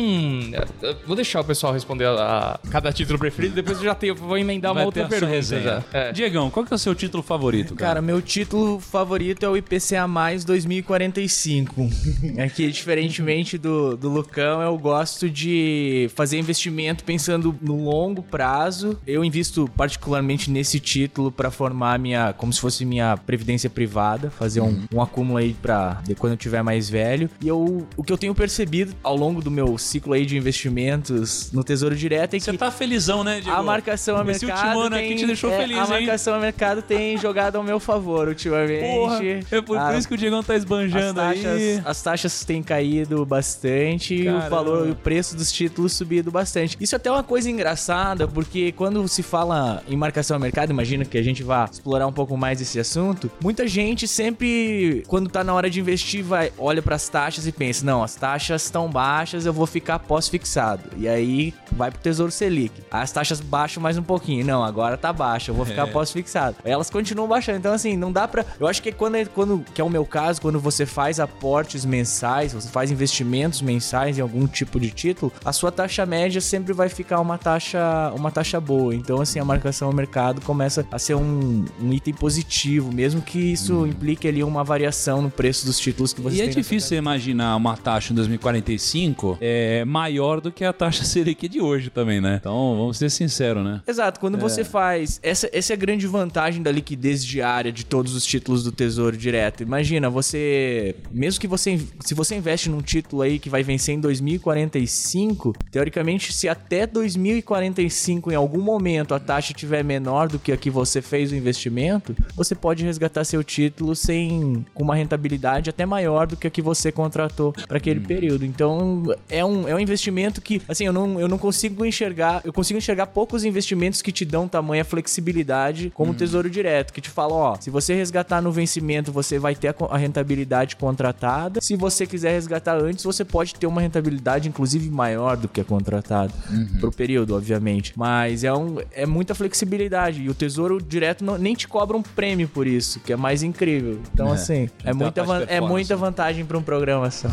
vou deixar o pessoal responder a cada título preferido, depois eu vou emendar uma outra pergunta. Diegão, qual que é o seu título favorito, cara? Cara, meu título favorito é o IPCA mais 2045. Aqui, diferentemente do Lucão, eu gosto de fazer investimento pensando no longo prazo. Eu invisto particularmente nesse título para formar como se fosse minha previdência privada, fazer um acúmulo aí para quando eu tiver mais velho. E o que eu tenho percebido ao longo do meu ciclo aí de investimentos no Tesouro Direto é que você tá felizão, né, Diego? a marcação a mercado esse último ano aqui te deixou feliz, a marcação a mercado tem jogado ao meu favor ultimamente. Porra, é por isso que o Diegão tá esbanjando aí. As taxas têm caído bastante e o preço dos títulos subido bastante. Isso é até uma coisa engraçada, porque quando se fala em marcação a mercado, imagina que a gente vai explorar um pouco mais esse assunto, muita gente sempre, quando tá na hora de investir, olha pras taxas e pensa, não, as taxas estão baixas, eu vou ficar pós-fixado. E aí vai pro Tesouro Selic. As taxas baixam mais um pouquinho. Não, agora tá baixa, eu vou ficar pós-fixado. Elas continuam baixando. Então, assim, não dá pra... Eu acho que que é o meu caso, quando você faz aportes mensais, você faz investimentos mensais em algum tipo de título, a sua taxa média sempre vai ficar uma taxa boa. Então, assim, a marcação ao mercado começa a ser um item positivo, mesmo que isso implique ali uma variação no preço dos títulos que você tem. E é difícil você imaginar uma taxa em 2045 maior do que a taxa Selic de hoje também, né? Então, vamos ser sinceros, né? Exato. Quando você faz... Essa é a grande vantagem da liquidez diária de todos os títulos do Tesouro Direto. Imagina, mesmo que se você investe num título aí que vai vencer em 2045, teoricamente, se até 2045 em algum algum momento a taxa estiver menor do que a que você fez o investimento, você pode resgatar seu título com uma rentabilidade até maior do que a que você contratou para aquele período. Então, é um investimento que, assim, eu não consigo enxergar, eu consigo enxergar poucos investimentos que te dão tamanha flexibilidade como o Tesouro Direto, que te fala, ó, se você resgatar no vencimento, você vai ter a rentabilidade contratada. Se você quiser resgatar antes, você pode ter uma rentabilidade, inclusive, maior do que a contratada. Pro período, obviamente. Mas é muita flexibilidade. E o Tesouro Direto nem te cobra um prêmio por isso, que é mais incrível. Então, assim, é muita vantagem para um programa só.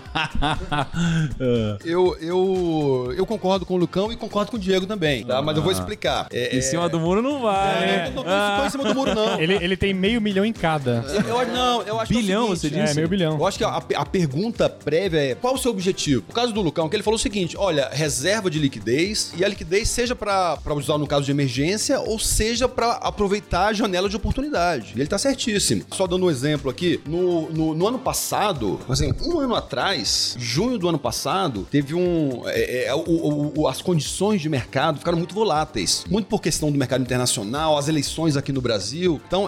Eu concordo com o Lucão e concordo com o Diego também, tá? Mas eu vou explicar. Em cima do muro não vai. Não tô em cima do muro, não. Ele tem $500 milhão em cada. Eu acho Bilhão, que é o seguinte, você disse? $500 milhão. Eu acho que a pergunta prévia é qual o seu objetivo? No caso do Lucão, que ele falou o seguinte, olha, reserva de liquidez, e a liquidez seja para usar no caso de emergência ou seja para aproveitar a janela de oportunidade. E ele tá certíssimo. Só dando um exemplo aqui, no ano passado, assim, um ano atrás, junho do ano passado, teve as condições de mercado ficaram muito voláteis, muito por questão do mercado internacional, as eleições aqui no Brasil. Então,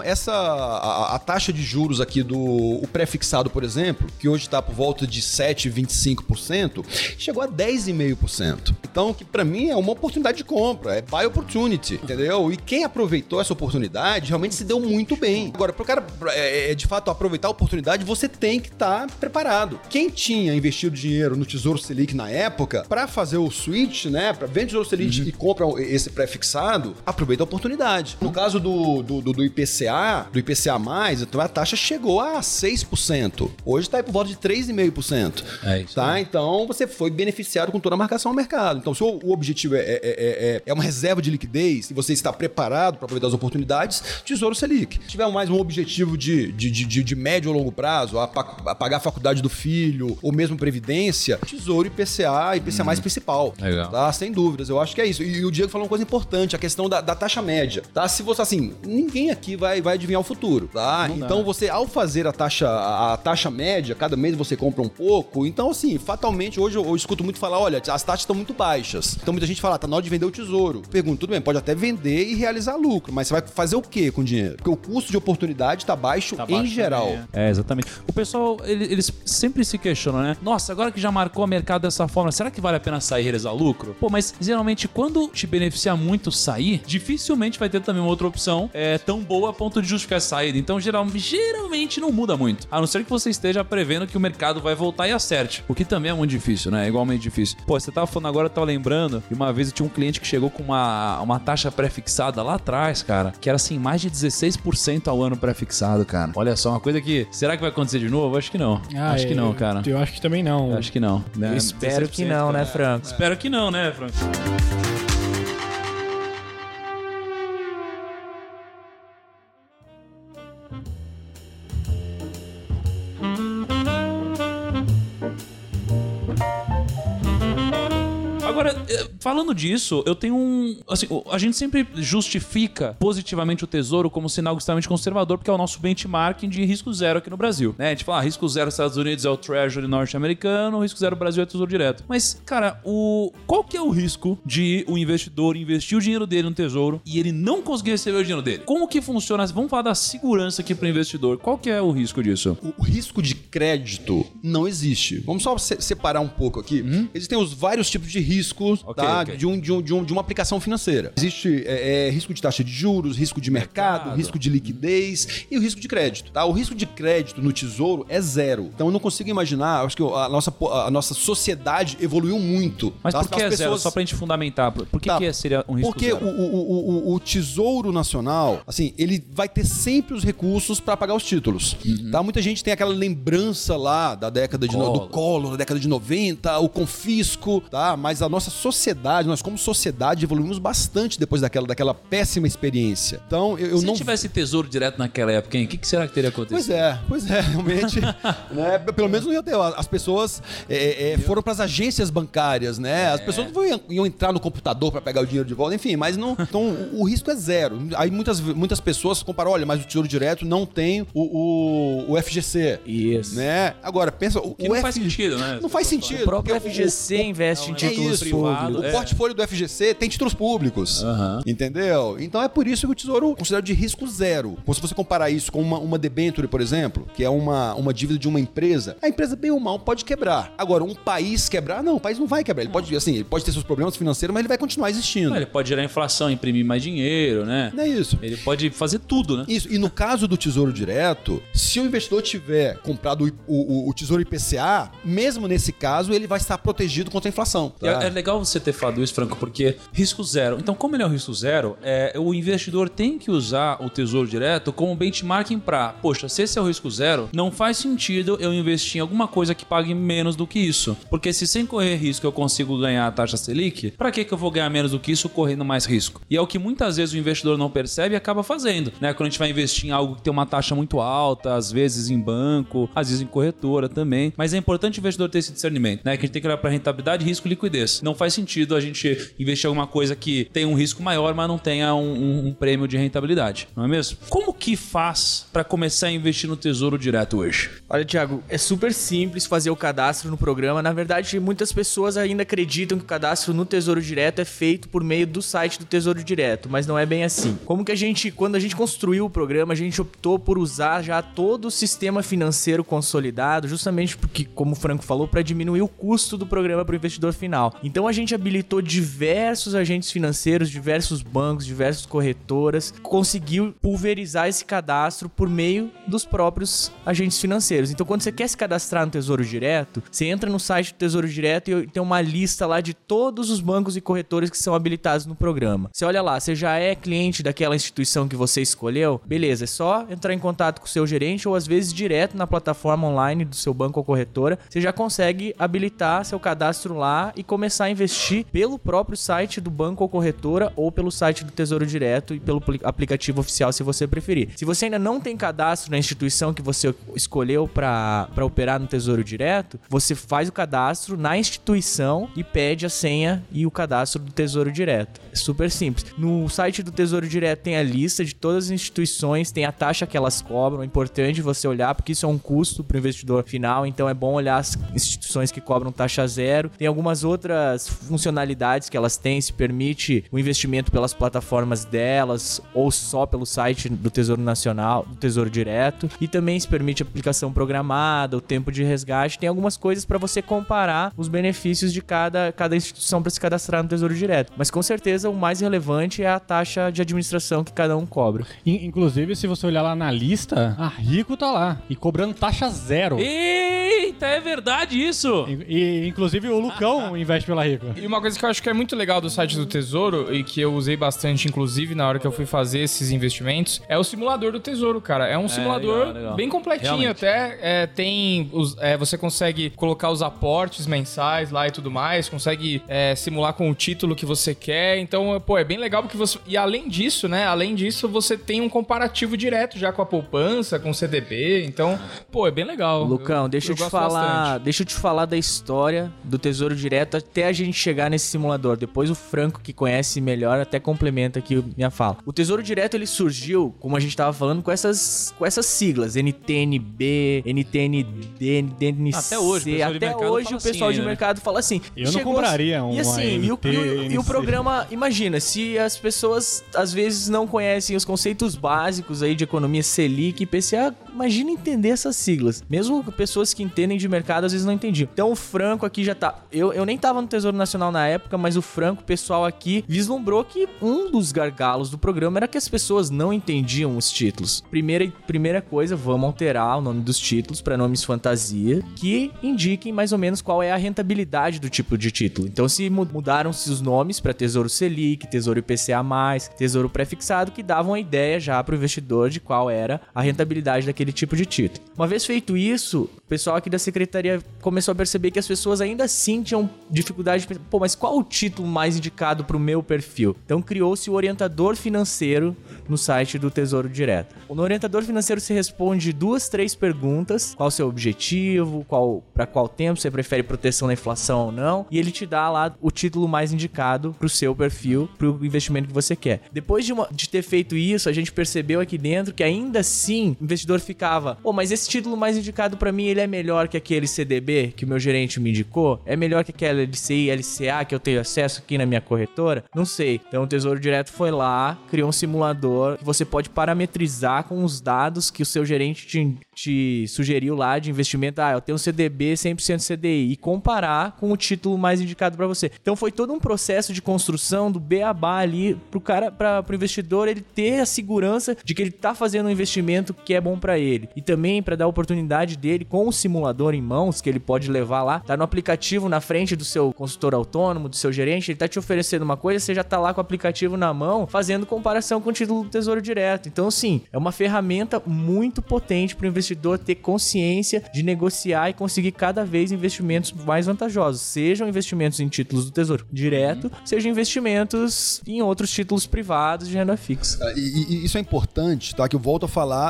a taxa de juros aqui o pré-fixado, por exemplo, que hoje está por volta de 7,25%, chegou a 10,5%. Então, que para mim é uma oportunidade de compra, é buy opportunity, entendeu? E quem aproveitou essa oportunidade realmente se deu muito bem. Agora, para o cara, de fato, aproveitar a oportunidade, você tem que estar preparado. Quem tinha investido dinheiro no Tesouro Selic na época, para fazer o switch, né, para vender o Tesouro Selic e compra esse pré-fixado, aproveita a oportunidade. No caso do IPCA, então a taxa chegou a 6%. Hoje está aí por volta de 3,5%. É isso. Tá? Então, você foi beneficiado com toda a marcação ao mercado. Então, se o objetivo é uma reserva de liquidez e você está preparado para aproveitar as oportunidades, Tesouro Selic. Se tiver mais um objetivo de médio ou longo prazo, a pagar a faculdade do filho, ou mesmo previdência, Tesouro IPCA mais principal. Legal. Tá? Sem dúvidas, eu acho que é isso. E o Diego falou uma coisa importante, a questão da taxa média. Tá? Se você, assim, ninguém aqui vai adivinhar o futuro. Tá? Então, você, ao fazer a taxa média, cada mês você compra um pouco. Então, assim, fatalmente, hoje eu escuto muito falar, olha, as taxas estão muito baixas. Então, muita gente fala, tá na hora de vender o tesouro. Pergunto, tudo bem, pode até vender e realizar lucro, mas você vai fazer o quê com o dinheiro? Porque o custo de oportunidade tá baixo em geral. Também, exatamente. O pessoal, eles sempre se questionam, né? Nossa, agora que já marcou o mercado dessa forma, será que vale a pena sair e realizar lucro? Pô, mas geralmente quando te beneficia muito sair, dificilmente vai ter também uma outra opção tão boa a ponto de justificar essa saída. Então, geralmente não muda muito. A não ser que você esteja prevendo que o mercado vai voltar e acerte. O que também é muito difícil, né? Igualmente difícil. Pô, você tava falando agora, eu tava lembrando que uma vez eu tinha um cliente que chegou com uma taxa pré-fixada lá atrás, cara, que era assim, mais de 16% ao ano pré-fixado, cara. Olha só, uma coisa que... Será que vai acontecer de novo? Acho que não. Acho que não, cara. Eu acho que também não. Acho que não. Né? Eu espero que não, né, Franco? Espero que não, né, Franco? Agora, falando disso, eu tenho assim, a gente sempre justifica positivamente o Tesouro como sinal extremamente conservador, porque é o nosso benchmarking de risco zero aqui no Brasil, né? A gente fala, risco zero nos Estados Unidos é o Treasury norte-americano, risco zero Brasil é o Tesouro Direto. Mas, cara, qual que é o risco de o investidor investir o dinheiro dele no Tesouro e ele não conseguir receber o dinheiro dele? Como que funciona? Vamos falar da segurança aqui para o investidor. Qual que é o risco disso? O risco de crédito não existe. Vamos só separar um pouco aqui. Existem os vários tipos de riscos, tá? Okay. De uma aplicação financeira. Existe risco de taxa de juros, risco de mercado, risco de liquidez e o risco de crédito. Tá? O risco de crédito no Tesouro é zero. Então eu não consigo imaginar, acho que a nossa sociedade evoluiu muito. Mas tá? por que é zero? Só pra gente fundamentar. Por que seria um risco porque zero? Porque o Tesouro Nacional, assim, ele vai ter sempre os recursos para pagar os títulos. Tá? Muita gente tem aquela lembrança lá da década do Collor, da década de 90, o confisco, tá? Mas a nossa sociedade, nós como sociedade evoluímos bastante depois daquela péssima experiência. Então, Se não tivesse Tesouro Direto naquela época, hein? O que será que teria acontecido? Pois é, realmente, né? Pelo menos não ia ter. As pessoas foram para as agências bancárias, né? As pessoas não iam entrar no computador para pegar o dinheiro de volta, enfim, mas não. Então, o risco é zero. Aí muitas pessoas comparam, olha, mas o Tesouro Direto não tem o FGC. Isso. Né? Agora, pensa, não faz sentido, né? Não faz sentido. O próprio FGC investe em títulos títulos públicos. O portfólio do FGC tem títulos públicos. Entendeu? Então é por isso que o Tesouro é considerado de risco zero. Se você comparar isso com uma debênture, por exemplo, que é uma dívida de uma empresa, a empresa bem ou mal pode quebrar. Agora, um país quebrar, não, o país não vai quebrar. Ele pode, assim, ele pode ter seus problemas financeiros, mas ele vai continuar existindo. Ele pode gerar inflação, imprimir mais dinheiro, né? Não é isso. Ele pode fazer tudo, né? Isso. E no caso do Tesouro Direto, se o investidor tiver comprado o Tesouro IPCA, mesmo nesse caso, ele vai estar protegido contra a inflação. Tá? É legal você ter falado isso, Franco, porque risco zero. Então, como ele é um risco zero, o investidor tem que usar o Tesouro Direto como benchmarking para, poxa, se esse é o risco zero, não faz sentido eu investir em alguma coisa que pague menos do que isso. Porque se sem correr risco eu consigo ganhar a taxa Selic, para que eu vou ganhar menos do que isso correndo mais risco? E é o que muitas vezes o investidor não percebe e acaba fazendo, né? Quando a gente vai investir em algo que tem uma taxa muito alta, às vezes em banco, às vezes em corretora também. Mas é importante o investidor ter esse discernimento, né? Que a gente tem que olhar para rentabilidade, risco e liquidez. Não faz sentido a gente investir em alguma coisa que tem um risco maior, mas não tenha um prêmio de rentabilidade, não é mesmo? Como que faz para começar a investir no Tesouro Direto hoje? Olha, Thiago, é super simples fazer o cadastro no programa. Na verdade, muitas pessoas ainda acreditam que o cadastro no Tesouro Direto é feito por meio do site do Tesouro Direto, mas não é bem assim. Como que quando a gente construiu o programa, a gente optou por usar já todo o sistema financeiro consolidado, justamente porque, como o Franco falou, para diminuir o custo do programa para o investidor final. Então a gente habilitou diversos agentes financeiros, diversos bancos, diversas corretoras, conseguiu pulverizar esse cadastro por meio dos próprios agentes financeiros. Então quando você quer se cadastrar no Tesouro Direto, você entra no site do Tesouro Direto e tem uma lista lá de todos os bancos e corretores que são habilitados no programa. Você olha lá, você já é cliente daquela instituição que você escolheu, beleza, é só entrar em contato com o seu gerente ou às vezes direto na plataforma online do seu banco ou corretora, você já consegue habilitar seu cadastro lá e começar a investir pelo próprio site do banco ou corretora ou pelo site do Tesouro Direto e pelo aplicativo oficial, se você preferir. Se você ainda não tem cadastro na instituição que você escolheu para operar no Tesouro Direto, você faz o cadastro na instituição e pede a senha e o cadastro do Tesouro Direto. É super simples. No site do Tesouro Direto tem a lista de todas as instituições, tem a taxa que elas cobram. É importante você olhar, porque isso é um custo para o investidor final, então é bom olhar as instituições que cobram taxa zero. Tem algumas outras funcionalidades que elas têm, se permite o investimento pelas plataformas delas ou só pelo site do Tesouro Nacional, do Tesouro Direto, e também se permite aplicação programada, o tempo de resgate. Tem algumas coisas para você comparar os benefícios de cada instituição para se cadastrar no Tesouro Direto. Mas com certeza o mais relevante é a taxa de administração que cada um cobra. Inclusive, se você olhar lá na lista, a Rico tá lá e cobrando taxa zero. Eita, é verdade isso! E inclusive o Lucão investe pela Rico. E uma coisa que eu acho que é muito legal do site do Tesouro e que eu usei bastante, inclusive, na hora que eu fui fazer esses investimentos, é o simulador do Tesouro, cara. É um simulador legal. bem completinho. Realmente. Até tem você consegue colocar os aportes mensais lá e tudo mais, consegue simular com o título que você quer. Então, pô, é bem legal porque você... E além disso, né? Além disso, você tem um comparativo direto já com a poupança, com o CDB. Então, pô, é bem legal. Lucão, deixa eu te falar da história do Tesouro Direto até a gente chegar nesse simulador. Depois o Franco, que conhece melhor, até complementa aqui minha fala. O Tesouro Direto, ele surgiu, como a gente tava falando, com essas siglas. NTNB, NTND, NTNC. Até hoje o pessoal de mercado fala assim. Eu não compraria um. E assim, e o programa, imagina, se as pessoas às vezes não conhecem os conceitos básicos aí de economia Selic e IPCA, imagina entender essas siglas. Mesmo pessoas que entendem de mercado às vezes não entendiam. Então o Franco aqui já tá... Eu nem tava no Tesouro Nacional na época, mas o Franco, o pessoal aqui, vislumbrou que um dos gargalos do programa era que as pessoas não entendiam os títulos. Primeira coisa, vamos alterar o nome dos títulos para nomes fantasia que indiquem mais ou menos qual é a rentabilidade do tipo de título. Então se mudaram-se os nomes para Tesouro Selic, Tesouro IPCA+, Tesouro Prefixado, que davam a ideia já para o investidor de qual era a rentabilidade daquele tipo de título. Uma vez feito isso, o pessoal aqui da secretaria começou a perceber que as pessoas ainda assim tinham dificuldade de... Pô, mas qual o título mais indicado para o meu perfil? Então criou-se o orientador financeiro no site do Tesouro Direto. No orientador financeiro se responde 2-3 perguntas. Qual o seu objetivo? Para qual tempo? Você prefere proteção da inflação ou não? E ele te dá lá o título mais indicado para o seu perfil, para o investimento que você quer. Depois de ter feito isso, a gente percebeu aqui dentro que ainda assim o investidor ficava, mas esse título mais indicado para mim, ele é melhor que aquele CDB que o meu gerente me indicou? É melhor que aquela LCI, LCA que eu tenho acesso aqui na minha corretora? Não sei. Então o Tesouro Direto foi lá, criou um simulador que você pode parametrizar com os dados que o seu gerente te sugeriu lá de investimento. Eu tenho um CDB 100% CDI, e comparar com o título mais indicado para você. Então foi todo um processo de construção do beabá ali pro investidor ele ter a segurança de que ele tá fazendo um investimento que é bom para ele. E também para dar a oportunidade dele com o simulador em mãos, que ele pode levar lá, tá no aplicativo na frente do seu consultor autônomo, do seu gerente, ele tá te oferecendo uma coisa, você já tá lá com o aplicativo na mão, fazendo comparação com o título do Tesouro Direto. Então, sim, é uma ferramenta muito potente para o investidor ter consciência de negociar e conseguir cada vez investimentos mais vantajosos, sejam investimentos em títulos do Tesouro Direto, sejam investimentos em outros títulos privados de renda fixa. E isso é importante, tá? Que eu volto a falar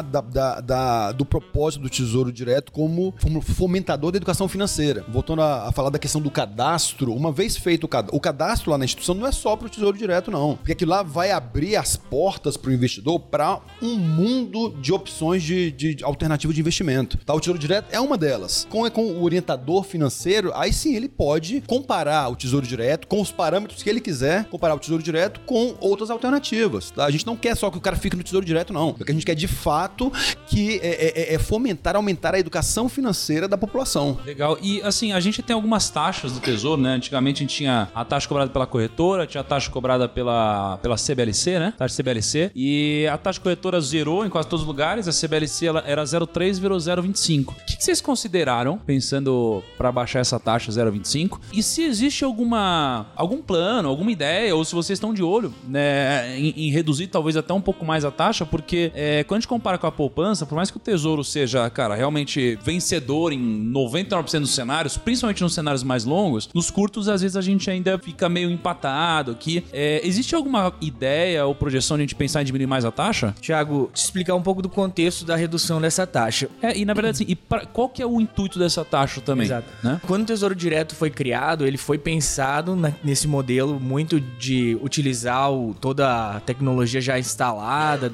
do propósito do Tesouro Direto como fomentador da educação financeira. Voltando a falar da questão do cadastro, uma vez feito o cadastro lá na instituição não é só para o Tesouro Direto, não. Porque aquilo lá vai abrir as portas para o investidor para um mundo de opções de alternativa de investimento. Tá? O Tesouro Direto é uma delas. Com o orientador financeiro, aí sim ele pode comparar o Tesouro Direto com os parâmetros que ele quiser, comparar o Tesouro Direto com outras alternativas. Tá? A gente não quer só que o cara fique no Tesouro Direto, não. O que a gente quer de fato que é fomentar, aumentar a educação financeira da população. Legal. E assim, a gente tem algumas taxas do Tesouro, né? Antigamente a gente tinha a taxa cobrada pela corretora, tinha a taxa cobrada pela CBLC, né? Taxa CBLC. E a taxa corretora zerou em quase todos os lugares. A CBLC ela era 0,3, virou 0,25. O que vocês consideraram, pensando para baixar essa taxa 0,25? E se existe algum plano, alguma ideia, ou se vocês estão de olho, né, em reduzir talvez até um pouco mais a taxa, porque quando a gente compara com a poupança, por mais que o Tesouro seja, cara, realmente vencedor em 99% dos cenários, principalmente nos cenários mais longos, nos curtos às vezes a gente ainda fica meio empatado aqui. Existe alguma ideia ou projeção de a gente pensar em diminuir mais a taxa? Thiago, te explicar um pouco do contexto da redução dessa taxa. E na verdade assim, qual que é o intuito dessa taxa também? Exato. Né? Quando o Tesouro Direto foi criado, ele foi pensado nesse modelo muito de utilizar toda a tecnologia já instalada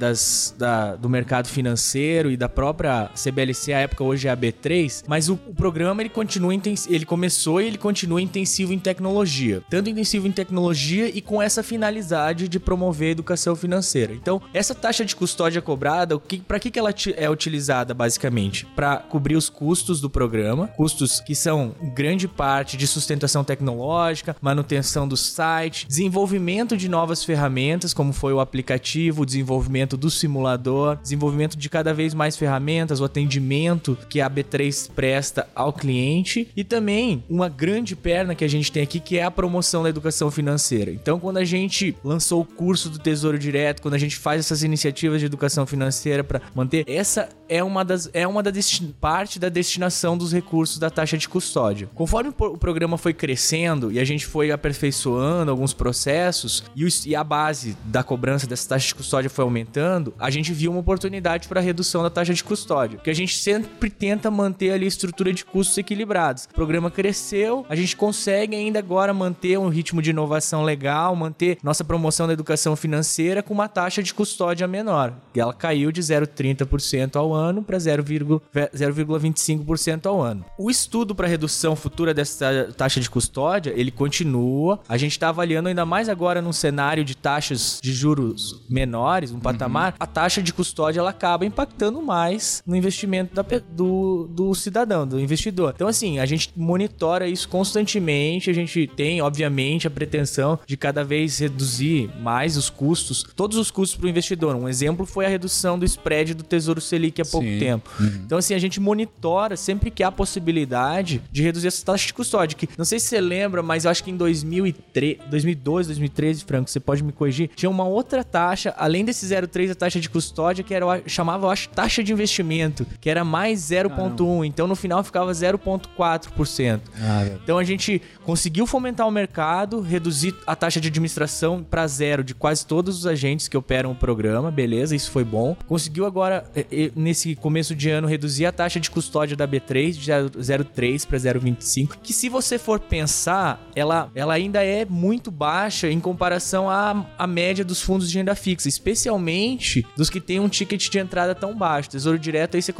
do mercado financeiro e da própria CBLC, à época hoje é a B3, mas o programa ele começou e ele continua intensivo em tecnologia. Tanto intensivo em tecnologia e com essa finalidade de promover a educação financeira. Então, essa taxa de custódia cobrada, para que ela é utilizada basicamente? Para cobrir os custos do programa, custos que são grande parte de sustentação tecnológica, manutenção do site, desenvolvimento de novas ferramentas, como foi o aplicativo, o desenvolvimento do simulador, desenvolvimento de cada vez mais ferramentas, o atendimento que a B3 presta ao cliente e também uma grande perna que a gente tem aqui, que é a promoção da educação financeira. Então, quando a gente lançou o curso do Tesouro Direto, quando a gente faz essas iniciativas de educação financeira para manter, essa é parte da destinação dos recursos da taxa de custódia. Conforme o programa foi crescendo e a gente foi aperfeiçoando alguns processos e a base da cobrança dessa taxa de custódia foi aumentando, a gente viu uma oportunidade para a redução da taxa de custódia, porque a gente sempre tenta manter ali a estrutura de custos equilibrados. O programa cresceu, a gente consegue ainda agora manter um ritmo de inovação legal, manter nossa promoção da educação financeira com uma taxa de custódia menor. E ela caiu de 0,30% ao ano para 0,25% ao ano. O estudo para redução futura dessa taxa de custódia, ele continua. A gente está avaliando ainda mais agora num cenário de taxas de juros menores, um patamar, a taxa de custódia ela acaba impactando mais no investimento do cidadão, do investidor. Então, assim, a gente monitora isso constantemente, a gente tem, obviamente, a pretensão de cada vez reduzir mais os custos, todos os custos para o investidor. Um exemplo foi a redução do spread do Tesouro Selic há pouco tempo. Então, assim, a gente monitora sempre que há possibilidade de reduzir essa taxa de custódia, que não sei se você lembra, mas eu acho que em 2002, 2013, Franco, você pode me corrigir, tinha uma outra taxa, além desse 0,3, a taxa de custódia, que chamava, eu acho, taxa de investimento, que era mais 0,1, então no final ficava 0,4%. Então a gente conseguiu fomentar o mercado, reduzir a taxa de administração para zero de quase todos os agentes que operam o programa, beleza, isso foi bom. Conseguiu agora, nesse começo de ano, reduzir a taxa de custódia da B3 de 0,03 para 0,25, que se você for pensar, ela ainda é muito baixa em comparação à média dos fundos de renda fixa, especialmente dos que têm um ticket de entrada tão baixo. Tesouro Direto, aí você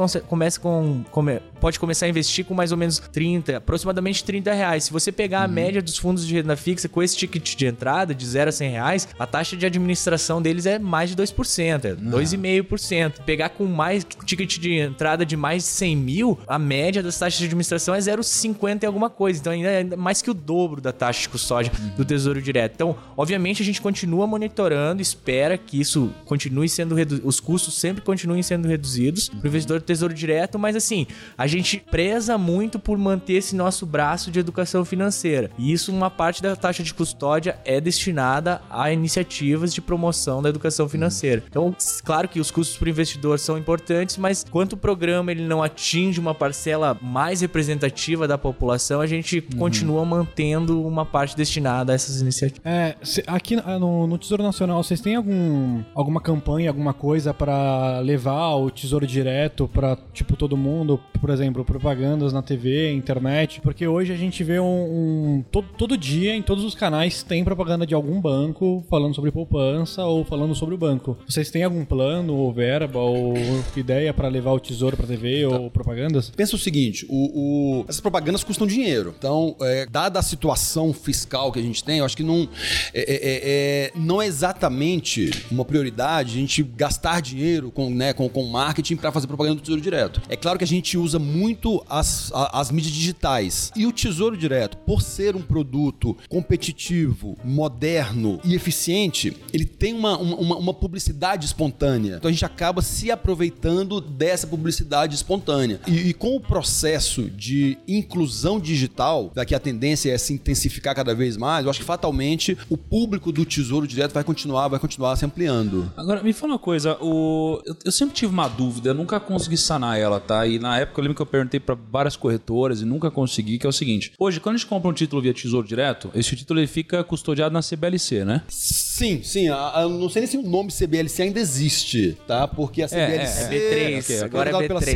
pode começar a investir com mais ou menos aproximadamente R$30. Se você pegar a média dos fundos de renda fixa com esse ticket de entrada de 0 a R$100, a taxa de administração deles é mais de 2%, é 2,5%. Pegar com mais ticket de entrada de mais de 100 mil, a média das taxas de administração é 0,50 e alguma coisa. Então ainda é mais que o dobro da taxa de custódia do Tesouro Direto. Então, obviamente, a gente continua monitorando, espera que isso continue sendo os custos sempre continuem sendo reduzidos para o investidor do Tesouro Direto, mas assim, a gente preza muito por manter esse nosso braço de educação financeira. E isso, uma parte da taxa de custódia é destinada a iniciativas de promoção da educação financeira. Então, claro que os custos para o investidor são importantes, mas enquanto o programa ele não atinge uma parcela mais representativa da população, a gente continua mantendo uma parte destinada a essas iniciativas. Aqui no Tesouro Nacional, vocês têm alguma campanha, alguma coisa para levar o Tesouro Direto para, tipo, todo mundo? Por exemplo, propagandas na TV, internet? Porque hoje a gente vê todo dia, em todos os canais, tem propaganda de algum banco falando sobre poupança ou falando sobre o banco. Vocês têm algum plano, ou verba, ou ideia para levar o Tesouro para TV ou propagandas? Pensa o seguinte, essas propagandas custam dinheiro. Então, dada a situação fiscal que a gente tem, eu acho que não é exatamente uma prioridade a gente gastar dinheiro com marketing para fazer propaganda do Tesouro Direto. É claro que a gente usa muito as mídias digitais. E o Tesouro Direto, por ser um produto competitivo, moderno e eficiente, ele tem uma publicidade espontânea. Então a gente acaba se aproveitando dessa publicidade espontânea. E com o processo de inclusão digital, daqui a tendência é se intensificar cada vez mais, eu acho que fatalmente o público do Tesouro Direto vai continuar se ampliando. Agora, me fala uma coisa, eu sempre tive uma dúvida, eu nunca consegui sanar ela, tá? E na época eu lembro que eu perguntei pra várias corretoras e nunca consegui, que é o seguinte: hoje, quando a gente compra um título via Tesouro Direto, esse título ele fica custodiado na CBLC, né? Sim. Eu não sei nem se o nome CBLC ainda existe, tá? Porque a CBLC... B3, agora é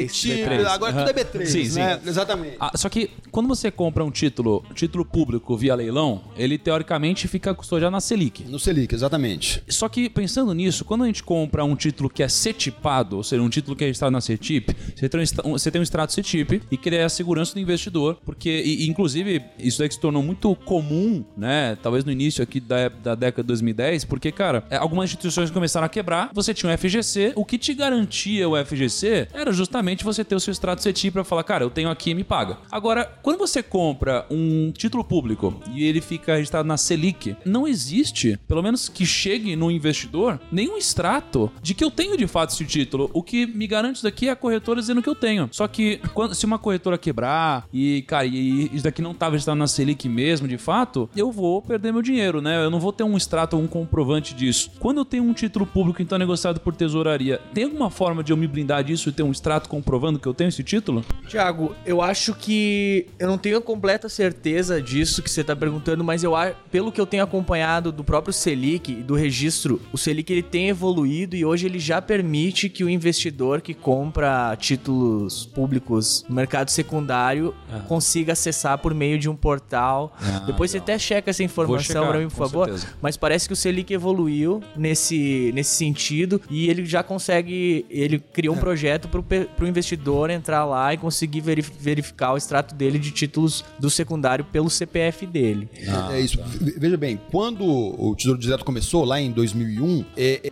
B3. Agora tudo é B3, sim, né? sim. Exatamente. Só que quando você compra um título público via leilão, ele teoricamente fica custodiado na Selic. No Selic, exatamente. Só que pensando nisso, quando a gente compra um título que é CETIPado, ou seja, um título que é registrado na CETIP, você tem um extrato CETIP e que ele é a segurança do investidor, porque, inclusive, isso daí que se tornou muito comum, né, talvez no início aqui da década de 2010, porque, cara, algumas instituições começaram a quebrar, você tinha o FGC, o que te garantia o FGC era justamente você ter o seu extrato CETIP para falar, cara, eu tenho aqui e me paga. Agora, quando você compra um título público e ele fica registrado na Selic, não existe, pelo menos que chegue no investidor, nenhum extrato de que eu tenho de fato esse título. O que me garante isso daqui é a corretora dizendo que eu tenho. Só que se uma corretora quebrar e, cara, e isso daqui não estava registrado na Selic mesmo, de fato, eu vou perder meu dinheiro, né? Eu não vou ter um extrato ou um comprovante disso. Quando eu tenho um título público, então negociado por tesouraria, tem alguma forma de eu me blindar disso e ter um extrato comprovando que eu tenho esse título? Tiago, eu acho que eu não tenho a completa certeza disso que você está perguntando, mas pelo que eu tenho acompanhado do próprio Selic e do registro, o Selic ele tem evoluído e hoje ele já permite que o investidor que compra títulos públicos no mercado secundário consiga acessar por meio de um portal. Depois você até checa essa informação para mim, por favor. Certeza. Mas parece que o Selic evoluiu nesse sentido e ele já consegue, ele criou um projeto para o investidor entrar lá e conseguir verificar o extrato dele de títulos do secundário pelo CPF dele. É isso. Veja bem, quando o Tesouro Direto começou, lá em 2001,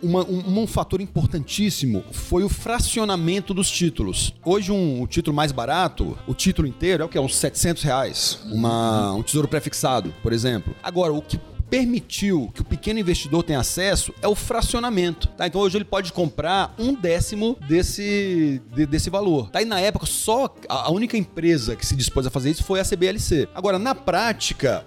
um fator importantíssimo foi o fracionamento dos títulos. Hoje, um título mais barato, o título inteiro é o que? Uns R$700. Um tesouro prefixado, por exemplo. Agora, o que permitiu que o pequeno investidor tenha acesso é o fracionamento, tá? Então hoje ele pode comprar 1/10 desse valor, tá? E na época só a única empresa que se dispôs a fazer isso foi a CBLC. Agora, na prática,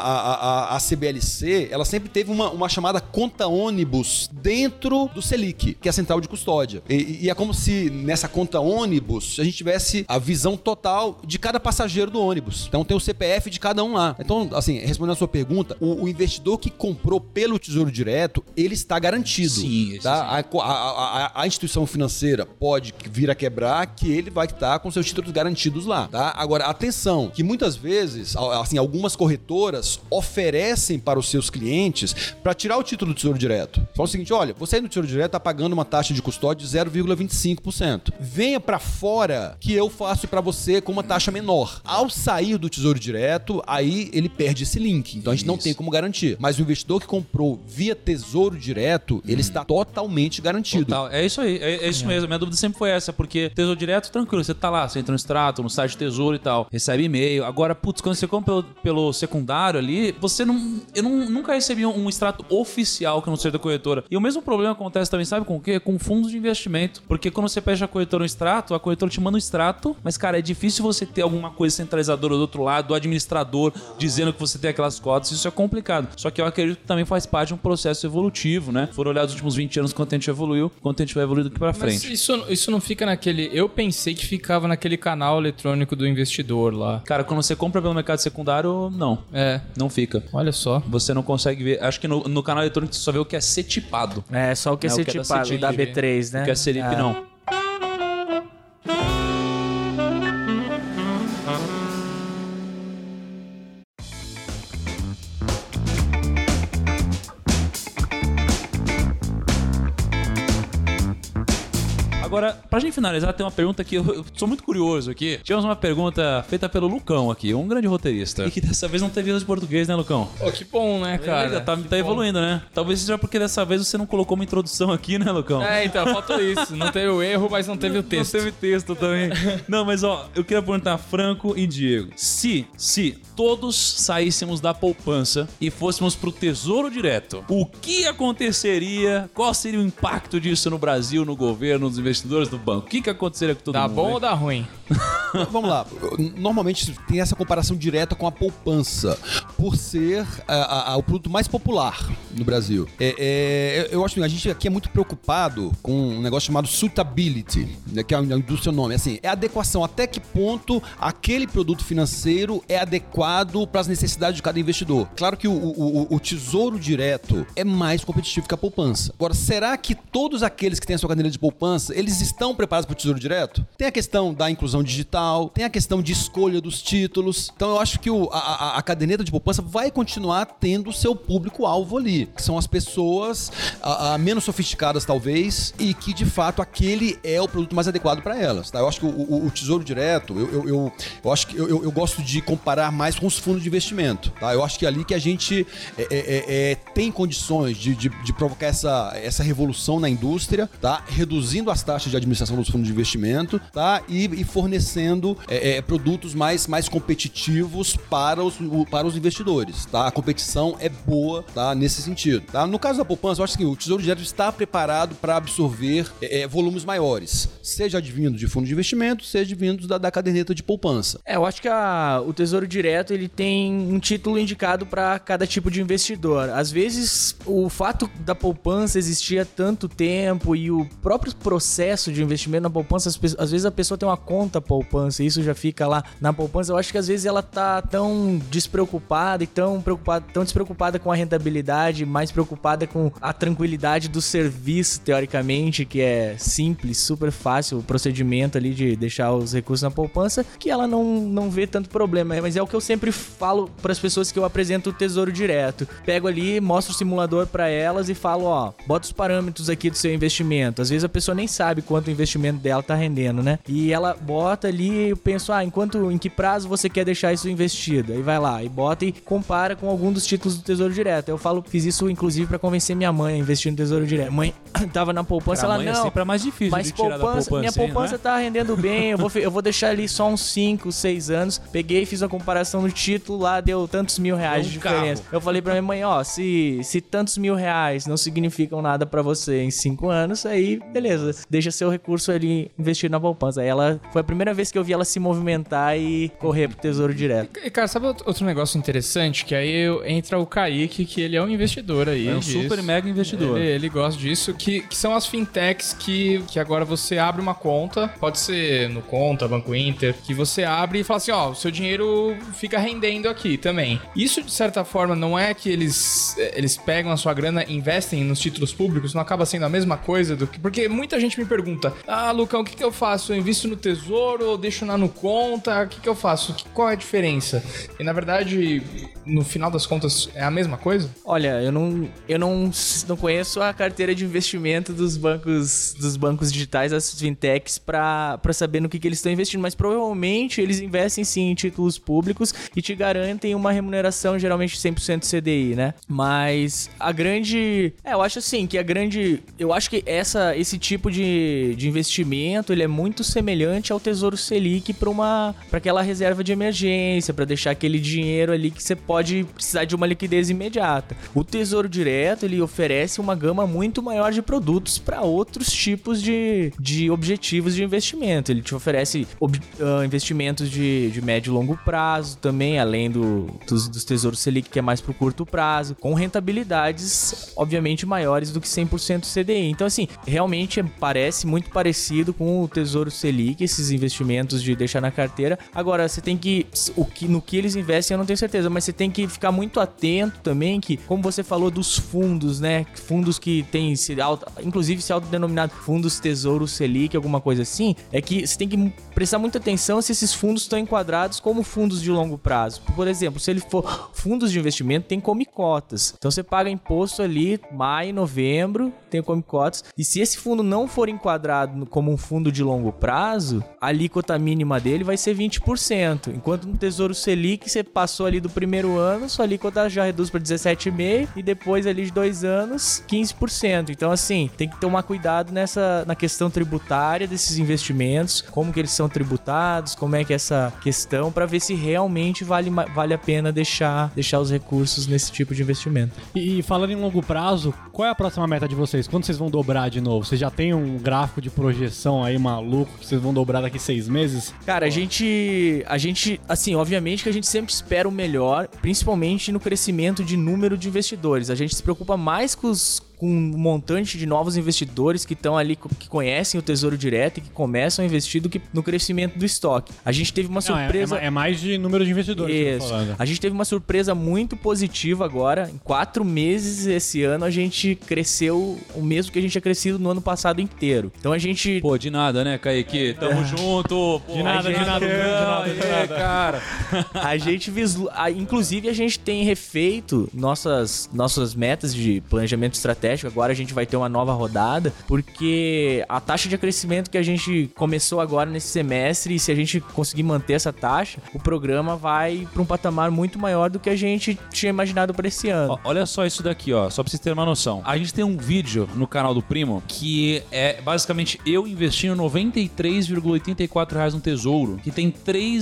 a CBLC, ela sempre teve uma chamada conta ônibus dentro do Selic, que é a central de custódia. E é como se nessa conta ônibus a gente tivesse a visão total de cada passageiro do ônibus. Então tem o CPF de cada um lá. Então, assim, respondendo a sua pergunta, o investidor investidor que comprou pelo Tesouro Direto, ele está garantido. Sim, tá? A instituição financeira pode vir a quebrar, que ele vai estar com seus títulos garantidos lá. Tá? Agora, atenção, que muitas vezes, assim, algumas corretoras oferecem para os seus clientes para tirar o título do Tesouro Direto. Fala o seguinte, olha, você aí no Tesouro Direto está pagando uma taxa de custódia de 0,25%. Venha para fora que eu faço para você com uma taxa menor. Ao sair do Tesouro Direto, aí ele perde esse link. Então a gente não tem como garantir. Mas o investidor que comprou via Tesouro Direto, ele está totalmente garantido. Total. É isso aí, é isso mesmo. Minha dúvida sempre foi essa, porque Tesouro Direto, tranquilo, você tá lá, você entra no extrato, no site Tesouro e tal, recebe e-mail. Agora, putz, quando você compra pelo secundário ali, você não... Eu nunca recebi um extrato oficial que não seja da corretora. E o mesmo problema acontece também, sabe com o quê? Com fundos de investimento. Porque quando você pede a corretora um extrato, a corretora te manda um extrato, mas, cara, é difícil você ter alguma coisa centralizadora do outro lado, do administrador dizendo que você tem aquelas cotas, isso é complicado. Só que eu acredito que também faz parte de um processo evolutivo, né? Foram olhados os últimos 20 anos quanto a gente evoluiu, quanto a gente vai evoluir daqui pra frente. Mas isso não fica naquele... Eu pensei que ficava naquele canal eletrônico do investidor lá. Cara, quando você compra pelo mercado secundário, não. Não fica. Olha só. Você não consegue ver. Acho que no canal eletrônico você só vê o que é setipado. É, só o que é setipado, da B3, né? O que é Serip, não. Agora, pra gente finalizar, tem uma pergunta que eu sou muito curioso aqui. Tivemos uma pergunta feita pelo Lucão aqui, um grande roteirista. E que dessa vez não teve erros de português, né, Lucão? Pô, que bom, né, cara? Tá evoluindo, né? Talvez seja porque dessa vez você não colocou uma introdução aqui, né, Lucão? Então, faltou isso. Não teve o erro, mas não teve o texto. Não teve texto também. Não, mas ó, eu queria perguntar a Franco e Diego. Se todos saíssemos da poupança e fôssemos pro Tesouro Direto, o que aconteceria? Qual seria o impacto disso no Brasil, no governo, nos investidores do banco? O que aconteceria com todo mundo? Dá bom ou dá ruim? Vamos lá. Normalmente tem essa comparação direta com a poupança, por ser o produto mais popular no Brasil. Eu acho que a gente aqui é muito preocupado com um negócio chamado suitability, né, que é a indústria nome. Assim, é adequação. Até que ponto aquele produto financeiro é adequado para as necessidades de cada investidor. Claro que o Tesouro Direto é mais competitivo que a poupança. Agora, será que todos aqueles que têm a sua caderneta de poupança, eles estão preparados para o Tesouro Direto? Tem a questão da inclusão digital, tem a questão de escolha dos títulos. Então eu acho que a caderneta de poupança vai continuar tendo o seu público-alvo ali, que são as pessoas menos sofisticadas talvez, e que de fato aquele é o produto mais adequado para elas. Tá? Eu acho que o Tesouro Direto, eu acho que eu gosto de comparar mais com os fundos de investimento. Tá? Eu acho que é ali que a gente tem condições de provocar essa revolução na indústria, tá? Reduzindo as taxas de administração dos fundos de investimento, tá? E fornecendo produtos mais competitivos para os investidores, tá? A competição é boa, tá? Nesse sentido, tá? No caso da poupança, eu acho que o Tesouro Direto está preparado para absorver volumes maiores, seja advindo de fundo de investimento, seja advindo da caderneta de poupança. Eu acho que o Tesouro Direto ele tem um título indicado para cada tipo de investidor. Às vezes, o fato da poupança existir há tanto tempo e o próprio processo de investimento na poupança, às vezes a pessoa tem uma conta poupança e isso já fica lá na poupança. Eu acho que às vezes ela tá tão despreocupada e tão despreocupada com a rentabilidade, mais preocupada com a tranquilidade do serviço, teoricamente, que é simples, super fácil o procedimento ali de deixar os recursos na poupança, que ela não vê tanto problema. Mas é o que eu sempre falo para as pessoas que eu apresento o Tesouro Direto. Pego ali, mostro o simulador para elas e falo, bota os parâmetros aqui do seu investimento. Às vezes a pessoa nem sabe quanto o investimento dela tá rendendo, né? E ela bota ali e eu penso, em que prazo você quer deixar isso investido? Aí vai lá e bota e compara com algum dos títulos do Tesouro Direto. Eu fiz isso inclusive para convencer minha mãe a investir no Tesouro Direto. Mãe tava na poupança, ela não. Sempre é mais difícil mas de tirar da poupança. Minha poupança tá rendendo bem, eu vou deixar ali só uns 5, 6 anos. Peguei e fiz uma comparação no título, lá deu tantos R$1.000 de diferença. Eu falei pra minha mãe, se tantos R$1.000 não significam nada pra você em 5 anos, aí beleza, deixa seu recurso ali investido na poupança. Aí foi a primeira vez que eu vi ela se movimentar e correr pro Tesouro Direto. E, cara, sabe outro negócio interessante? Que aí entra o Kaique, que ele é um investidor aí. É um disso. super mega investidor. Ele gosta disso, que são as fintechs que agora você abre uma conta, pode ser no Conta, Banco Inter, que você abre e fala assim, ó, o seu dinheiro fica rendendo aqui também. Isso, de certa forma, não é que eles pegam a sua grana e investem nos títulos públicos, não acaba sendo a mesma coisa do que... Porque muita gente me pergunta, Lucão, o que eu faço? Eu invisto no Tesouro ou deixo no Conta? O que eu faço? Qual é a diferença? E, na verdade, no final das contas, é a mesma coisa? Olha, eu não conheço a carteira de investimento dos bancos digitais, as fintechs, pra saber no que eles estão investindo, mas provavelmente eles investem sim em títulos públicos e te garantem uma remuneração geralmente 100% CDI, né? Mas a grande... eu acho assim, que eu acho que esse tipo de investimento, ele é muito semelhante ao Tesouro Selic pra aquela reserva de emergência, pra deixar aquele dinheiro ali que você pode precisar de uma liquidez imediata. O Tesouro Direto, ele oferece uma gama muito maior de produtos para outros tipos de objetivos de investimento. Ele te oferece investimentos de médio e longo prazo também, além dos Tesouros Selic, que é mais pro curto prazo, com rentabilidades, obviamente, maiores do que 100% CDI. Então, assim, realmente parece muito parecido com o Tesouro Selic, esses investimentos de deixar na carteira. Agora, você tem que... no que eles investem, eu não tenho certeza, mas você tem que ficar muito atento também, que, como você falou dos fundos, né? Fundos que tem, inclusive, se autodenominado fundos Tesouro Selic, alguma coisa assim, é que você tem que prestar muita atenção se esses fundos estão enquadrados como fundos de longo prazo. Por exemplo, se ele for fundos de investimento, tem come cotas. Então, você paga imposto ali, maio, novembro, tem come cotas. E se esse fundo não for enquadrado como um fundo de longo prazo, a alíquota mínima dele vai ser 20%. Enquanto no Tesouro Selic, você passou ali do primeiro ano, sua alíquota já reduz para 17,5% e depois ali de 2 anos, 15%. Então, assim, tem que tomar cuidado na questão tributária desses investimentos, como que eles são tributados, como é que é essa questão, para ver se realmente vale a pena deixar os recursos nesse tipo de investimento. E falando em longo prazo, qual é a próxima meta de vocês? Quando vocês vão dobrar de novo? Vocês já tem um gráfico de projeção aí maluco que vocês vão dobrar daqui 6 meses? Cara, a gente, assim, obviamente que a gente sempre espera o melhor, principalmente no crescimento de número de investidores. A gente se preocupa mais com um montante de novos investidores que estão ali, que conhecem o Tesouro Direto e que começam a investir do que no crescimento do estoque. A gente teve uma surpresa... É mais de número de investidores. Isso. A gente teve uma surpresa muito positiva agora. Em 4 meses esse ano a gente cresceu o mesmo que a gente tinha crescido no ano passado inteiro. Então a gente... Pô, de nada, né, Kaique? Tamo junto. Pô, de nada, cara. A gente inclusive a gente tem refeito nossas metas de planejamento estratégico. Agora a gente vai ter uma nova rodada, porque a taxa de crescimento que a gente começou agora nesse semestre, e se a gente conseguir manter essa taxa, o programa vai para um patamar muito maior do que a gente tinha imaginado para esse ano. Olha só isso daqui, ó, só pra vocês terem uma noção. A gente tem um vídeo no canal do Primo que é basicamente eu investindo R$93,84 no Tesouro, que tem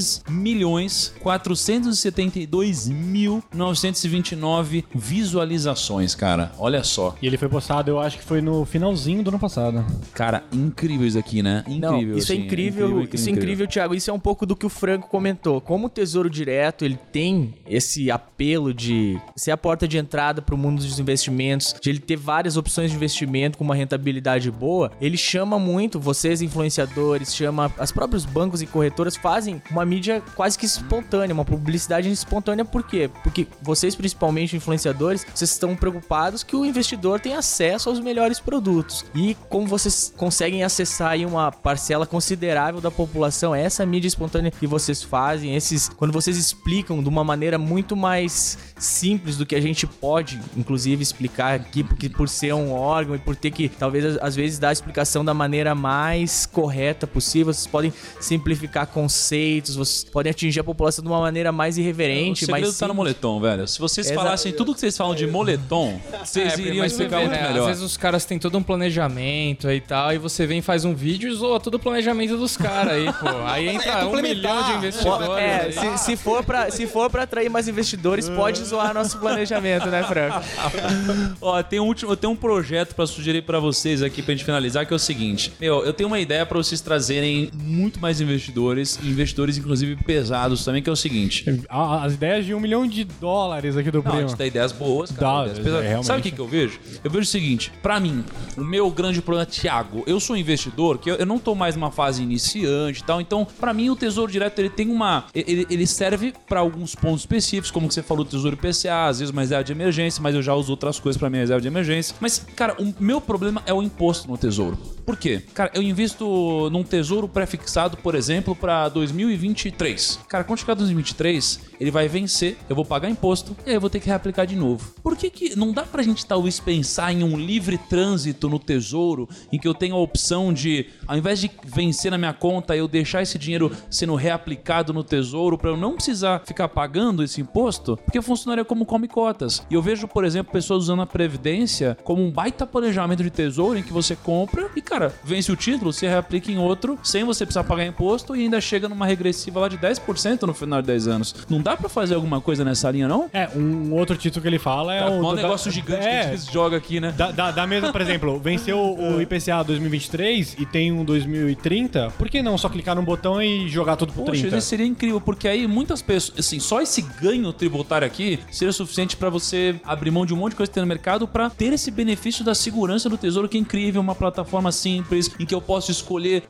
3.472.929 visualizações, cara. Olha só. E ele foi postado, eu acho que foi no finalzinho do ano passado. Cara, incrível isso aqui, né? Incrível. Não, isso assim, é incrível, isso é incrível, Thiago. Isso é um pouco do que o Franco comentou. Como o Tesouro Direto, ele tem esse apelo de ser a porta de entrada para o mundo dos investimentos, de ele ter várias opções de investimento com uma rentabilidade boa, ele chama muito vocês, influenciadores, as próprios bancos e corretoras fazem uma mídia quase que espontânea, uma publicidade espontânea. Por quê? Porque vocês, principalmente influenciadores, vocês estão preocupados que o investidor tem acesso aos melhores produtos. E como vocês conseguem acessar aí uma parcela considerável da população, essa mídia espontânea que vocês fazem, quando vocês explicam de uma maneira muito mais simples do que a gente pode, inclusive, explicar aqui, porque por ser um órgão e por ter que, talvez, às vezes, dar a explicação da maneira mais correta possível, vocês podem simplificar conceitos, vocês podem atingir a população de uma maneira mais irreverente. O segredo tá no moletom, velho. Se vocês falassem tudo que vocês falam de moletom, vocês iriam explicar ficar vê, muito né? melhor. Às vezes os caras têm todo um planejamento aí e tal, e você vem e faz um vídeo e zoa todo o planejamento dos caras aí, pô. Aí entra 1 milhão de investidores. aí. Se for pra atrair mais investidores, pode zoar nosso planejamento, né, Franco? Ó, eu tenho um projeto pra sugerir pra vocês aqui pra gente finalizar, que é o seguinte. Eu tenho uma ideia pra vocês trazerem muito mais investidores, e investidores inclusive pesados também, que é o seguinte. As ideias de $1 milhão aqui do Não, a primo. gente dá ideias boas, cara. Ideias pesadas. realmente. Sabe o que eu vejo? Eu vejo o seguinte, pra mim, o meu grande problema, Thiago, eu sou um investidor, que eu não tô mais numa fase iniciante e tal, então, pra mim, o Tesouro Direto, ele tem uma... Ele serve pra alguns pontos específicos, como que você falou, Tesouro IPCA, às vezes uma reserva de emergência, mas eu já uso outras coisas pra minha reserva de emergência. Mas, cara, o meu problema é o imposto no Tesouro. Por quê? Cara, eu invisto num Tesouro pré-fixado, por exemplo, pra 2023. Cara, quando chegar 2023, ele vai vencer, eu vou pagar imposto e aí eu vou ter que reaplicar de novo. Por que não dá pra gente talvez pensar em um livre trânsito no Tesouro, em que eu tenho a opção de, ao invés de vencer na minha conta, eu deixar esse dinheiro sendo reaplicado no Tesouro pra eu não precisar ficar pagando esse imposto? Porque funcionaria como come cotas. E eu vejo, por exemplo, pessoas usando a Previdência como um baita planejamento de Tesouro em que você compra e, cara, vence o título, você reaplica em outro, sem você precisar pagar imposto e ainda chega numa regressiva lá de 10% no final de 10 anos. Não dá pra fazer alguma coisa nessa linha, não? Um outro título que ele fala é Cara, o... um negócio gigante que a gente joga aqui, né? Da mesma, por exemplo, venceu o IPCA 2023 e tem um 2030, por que não só clicar num botão e jogar tudo pro 30? Poxa, isso seria incrível, porque aí muitas pessoas, assim, só esse ganho tributário aqui seria suficiente pra você abrir mão de um monte de coisa que tem no mercado pra ter esse benefício da segurança do Tesouro, que é incrível, uma plataforma simples, em que eu posso escolher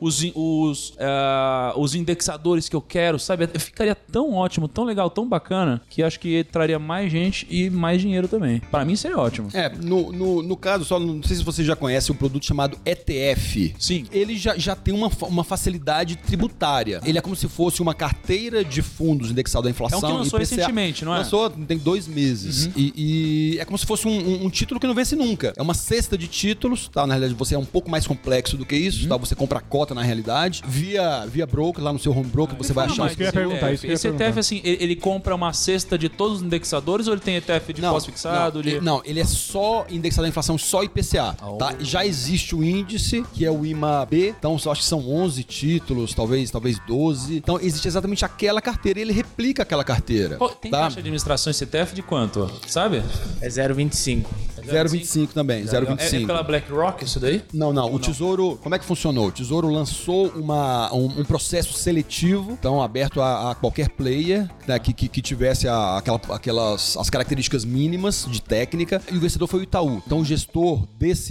os indexadores que eu quero, sabe? Ficaria tão ótimo, tão legal, tão bacana, que acho que traria mais gente e mais dinheiro também. Pra mim seria ótimo. No caso, só não sei se você já conhece um produto chamado ETF. Sim. Ele já tem uma facilidade tributária. Ele é como se fosse uma carteira de fundos indexado à inflação. É um que lançou IPCA. recentemente, não é? Lançou, tem 2 meses. E é como se fosse um título que não vence nunca. É uma cesta de títulos, tá? Na realidade, você é um pouco mais complexo do que isso, tá? Você compra a cota na realidade, via broker, lá no seu home broker, você vai achar... Isso que eu ia perguntar, isso que eu ia Esse ETF, perguntar. assim, ele compra uma cesta de todos os indexadores ou ele tem ETF de pós-fixado? Não, ele é só indexado à inflação, só IPCA, tá? Já existe o índice, que é o IMA-B, então eu acho que são 11 títulos, talvez 12. Então existe exatamente aquela carteira e ele replica aquela carteira. Pô, tem tá? taxa de administração esse ETF de quanto? Sabe? É 0,25. 0,25 também, 0,25. É pela BlackRock isso daí? Não. O Tesouro, como é que funcionou? O Tesouro lançou um processo seletivo, então aberto a qualquer player, né, que tivesse as características mínimas de técnica, e o vencedor foi o Itaú. Então o gestor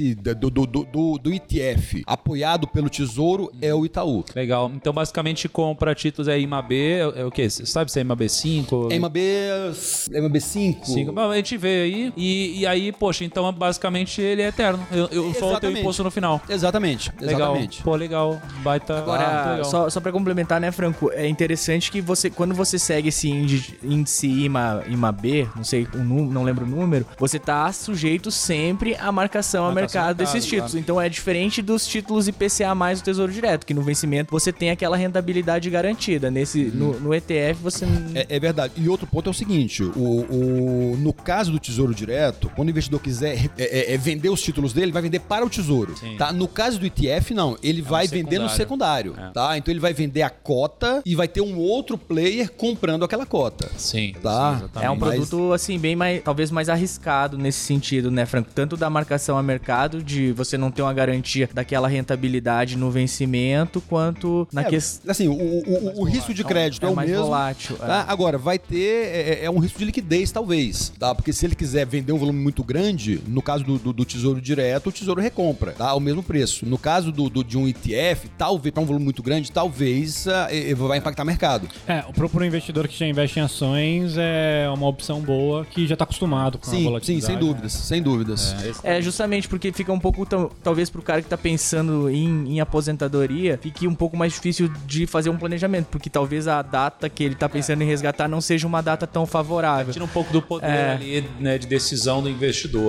do ETF, apoiado pelo Tesouro, é o Itaú. Legal. Então basicamente compra títulos IMAB, é o quê? Você sabe se é IMAB 5? MAB 5. Bom, a gente vê aí, e aí, poxa, então basicamente ele é eterno. Eu só tenho imposto no final. Exatamente. Legal. Pô, legal. Baita. Agora, legal. só pra complementar, né, Franco? É interessante que quando você segue esse índice IMAB, não lembro o número, você tá sujeito sempre à marcação a mercado desses títulos. Então é diferente dos títulos IPCA mais do Tesouro Direto, que no vencimento você tem aquela rentabilidade garantida. No ETF você... É verdade. E outro ponto é o seguinte, no caso do Tesouro Direto, quando o investidor quiser vender os títulos dele, vai vender para o Tesouro. Tá? No caso do ETF, não. Ele vai vender no secundário. Tá? Então ele vai vender a cota e vai ter um outro player comprando aquela cota. Sim. Tá? É um produto, assim, bem mais, talvez mais arriscado nesse sentido, né, Franco? Tanto da marcação a mercado, de você não ter uma garantia daquela rentabilidade no vencimento, quanto na questão... Assim, o risco de crédito é o mais mesmo. Volátil. Tá? Agora, vai ter um risco de liquidez, talvez. Tá? Porque se ele quiser vender um volume muito grande, no caso do Tesouro Direto, o Tesouro recompra, tá? Ao mesmo preço. No caso de um ETF, talvez, para um volume muito grande, talvez vai impactar o mercado. Pro investidor que já investe em ações, é uma opção boa que já tá acostumado com a volatilidade. Sim, sem dúvidas. Justamente porque fica um pouco, talvez pro cara que tá pensando em aposentadoria, fique um pouco mais difícil de fazer um planejamento, porque talvez a data que ele tá pensando em resgatar não seja uma data tão favorável. Tira um pouco do poder ali, né, de decisão do investidor.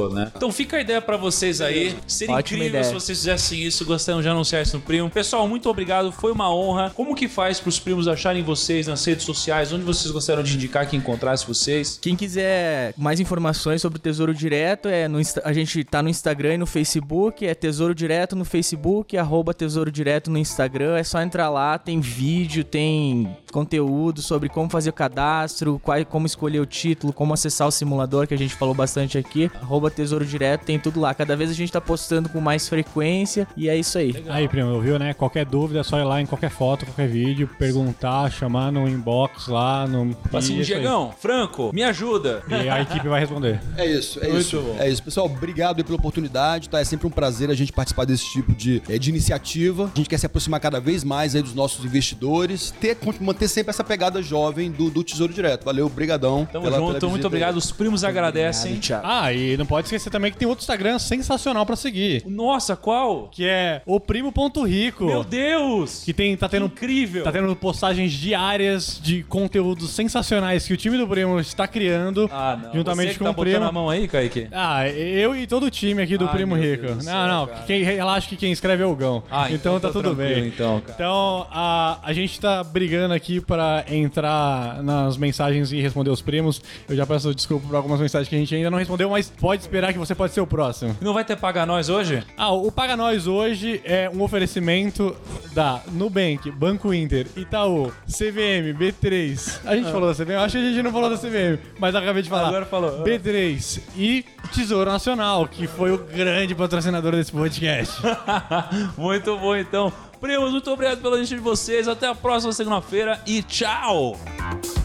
for, né? Então fica a ideia pra vocês aí. Seria Ótima incrível ideia. se vocês fizessem isso, gostariam de anunciar isso no Primo. Pessoal, muito obrigado, foi uma honra. Como que faz pros primos acharem vocês nas redes sociais? Onde vocês gostariam de indicar que encontrasse vocês? Quem quiser mais informações sobre o Tesouro Direto, a gente tá no Instagram e no Facebook, é Tesouro Direto no Facebook, @Tesouro Direto no Instagram, é só entrar lá, tem vídeo, tem conteúdo sobre como fazer o cadastro, como escolher o título, como acessar o simulador, que a gente falou bastante aqui, @Tesouro Direto, tem tudo lá. Cada vez a gente tá postando com mais frequência e é isso aí. Legal. Aí, primo, ouviu, né? Qualquer dúvida é só ir lá em qualquer foto, qualquer vídeo, perguntar, chamar no inbox lá. Assim, Diegão, Franco, me ajuda. E a equipe vai responder. É isso, é Muito isso. bom. É isso. Pessoal, obrigado aí pela oportunidade, tá? É sempre um prazer a gente participar desse tipo de iniciativa. A gente quer se aproximar cada vez mais aí dos nossos investidores, manter sempre essa pegada jovem do Tesouro Direto. Valeu, brigadão. Tamo junto, muito obrigado. Os primos agradecem. Tchau. Ah, e não pode esquecer também que tem outro Instagram sensacional pra seguir, Nossa, qual? que é oprimo.rico. Meu Deus! Que tá tendo Incrível! Tá tendo postagens diárias de conteúdos sensacionais que o time do Primo está criando, Ah, não. juntamente Você que com tá o botando Primo. a mão aí, Kaique? Ah, eu e todo o time aqui do Ai, Primo meu Rico. Deus do céu, Não, cara. relaxa que quem escreve é o Gão. Ah, então tá tô tudo tranquilo, bem. então, cara. Então, a gente tá brigando aqui pra entrar nas mensagens e responder os primos. Eu já peço desculpa por algumas mensagens que a gente ainda não respondeu, mas pode esperar que você pode ser o próximo. Não vai ter Paga Nós hoje? Ah, o Paga Nós hoje é um oferecimento da Nubank, Banco Inter, Itaú, CVM, B3. A gente falou da CVM? Eu acho que a gente não falou da CVM, mas acabei de falar. Agora falou. B3 e Tesouro Nacional, que foi o grande patrocinador desse podcast. Muito bom, então. Primos, muito obrigado pela gente de vocês. Até a próxima segunda-feira e tchau!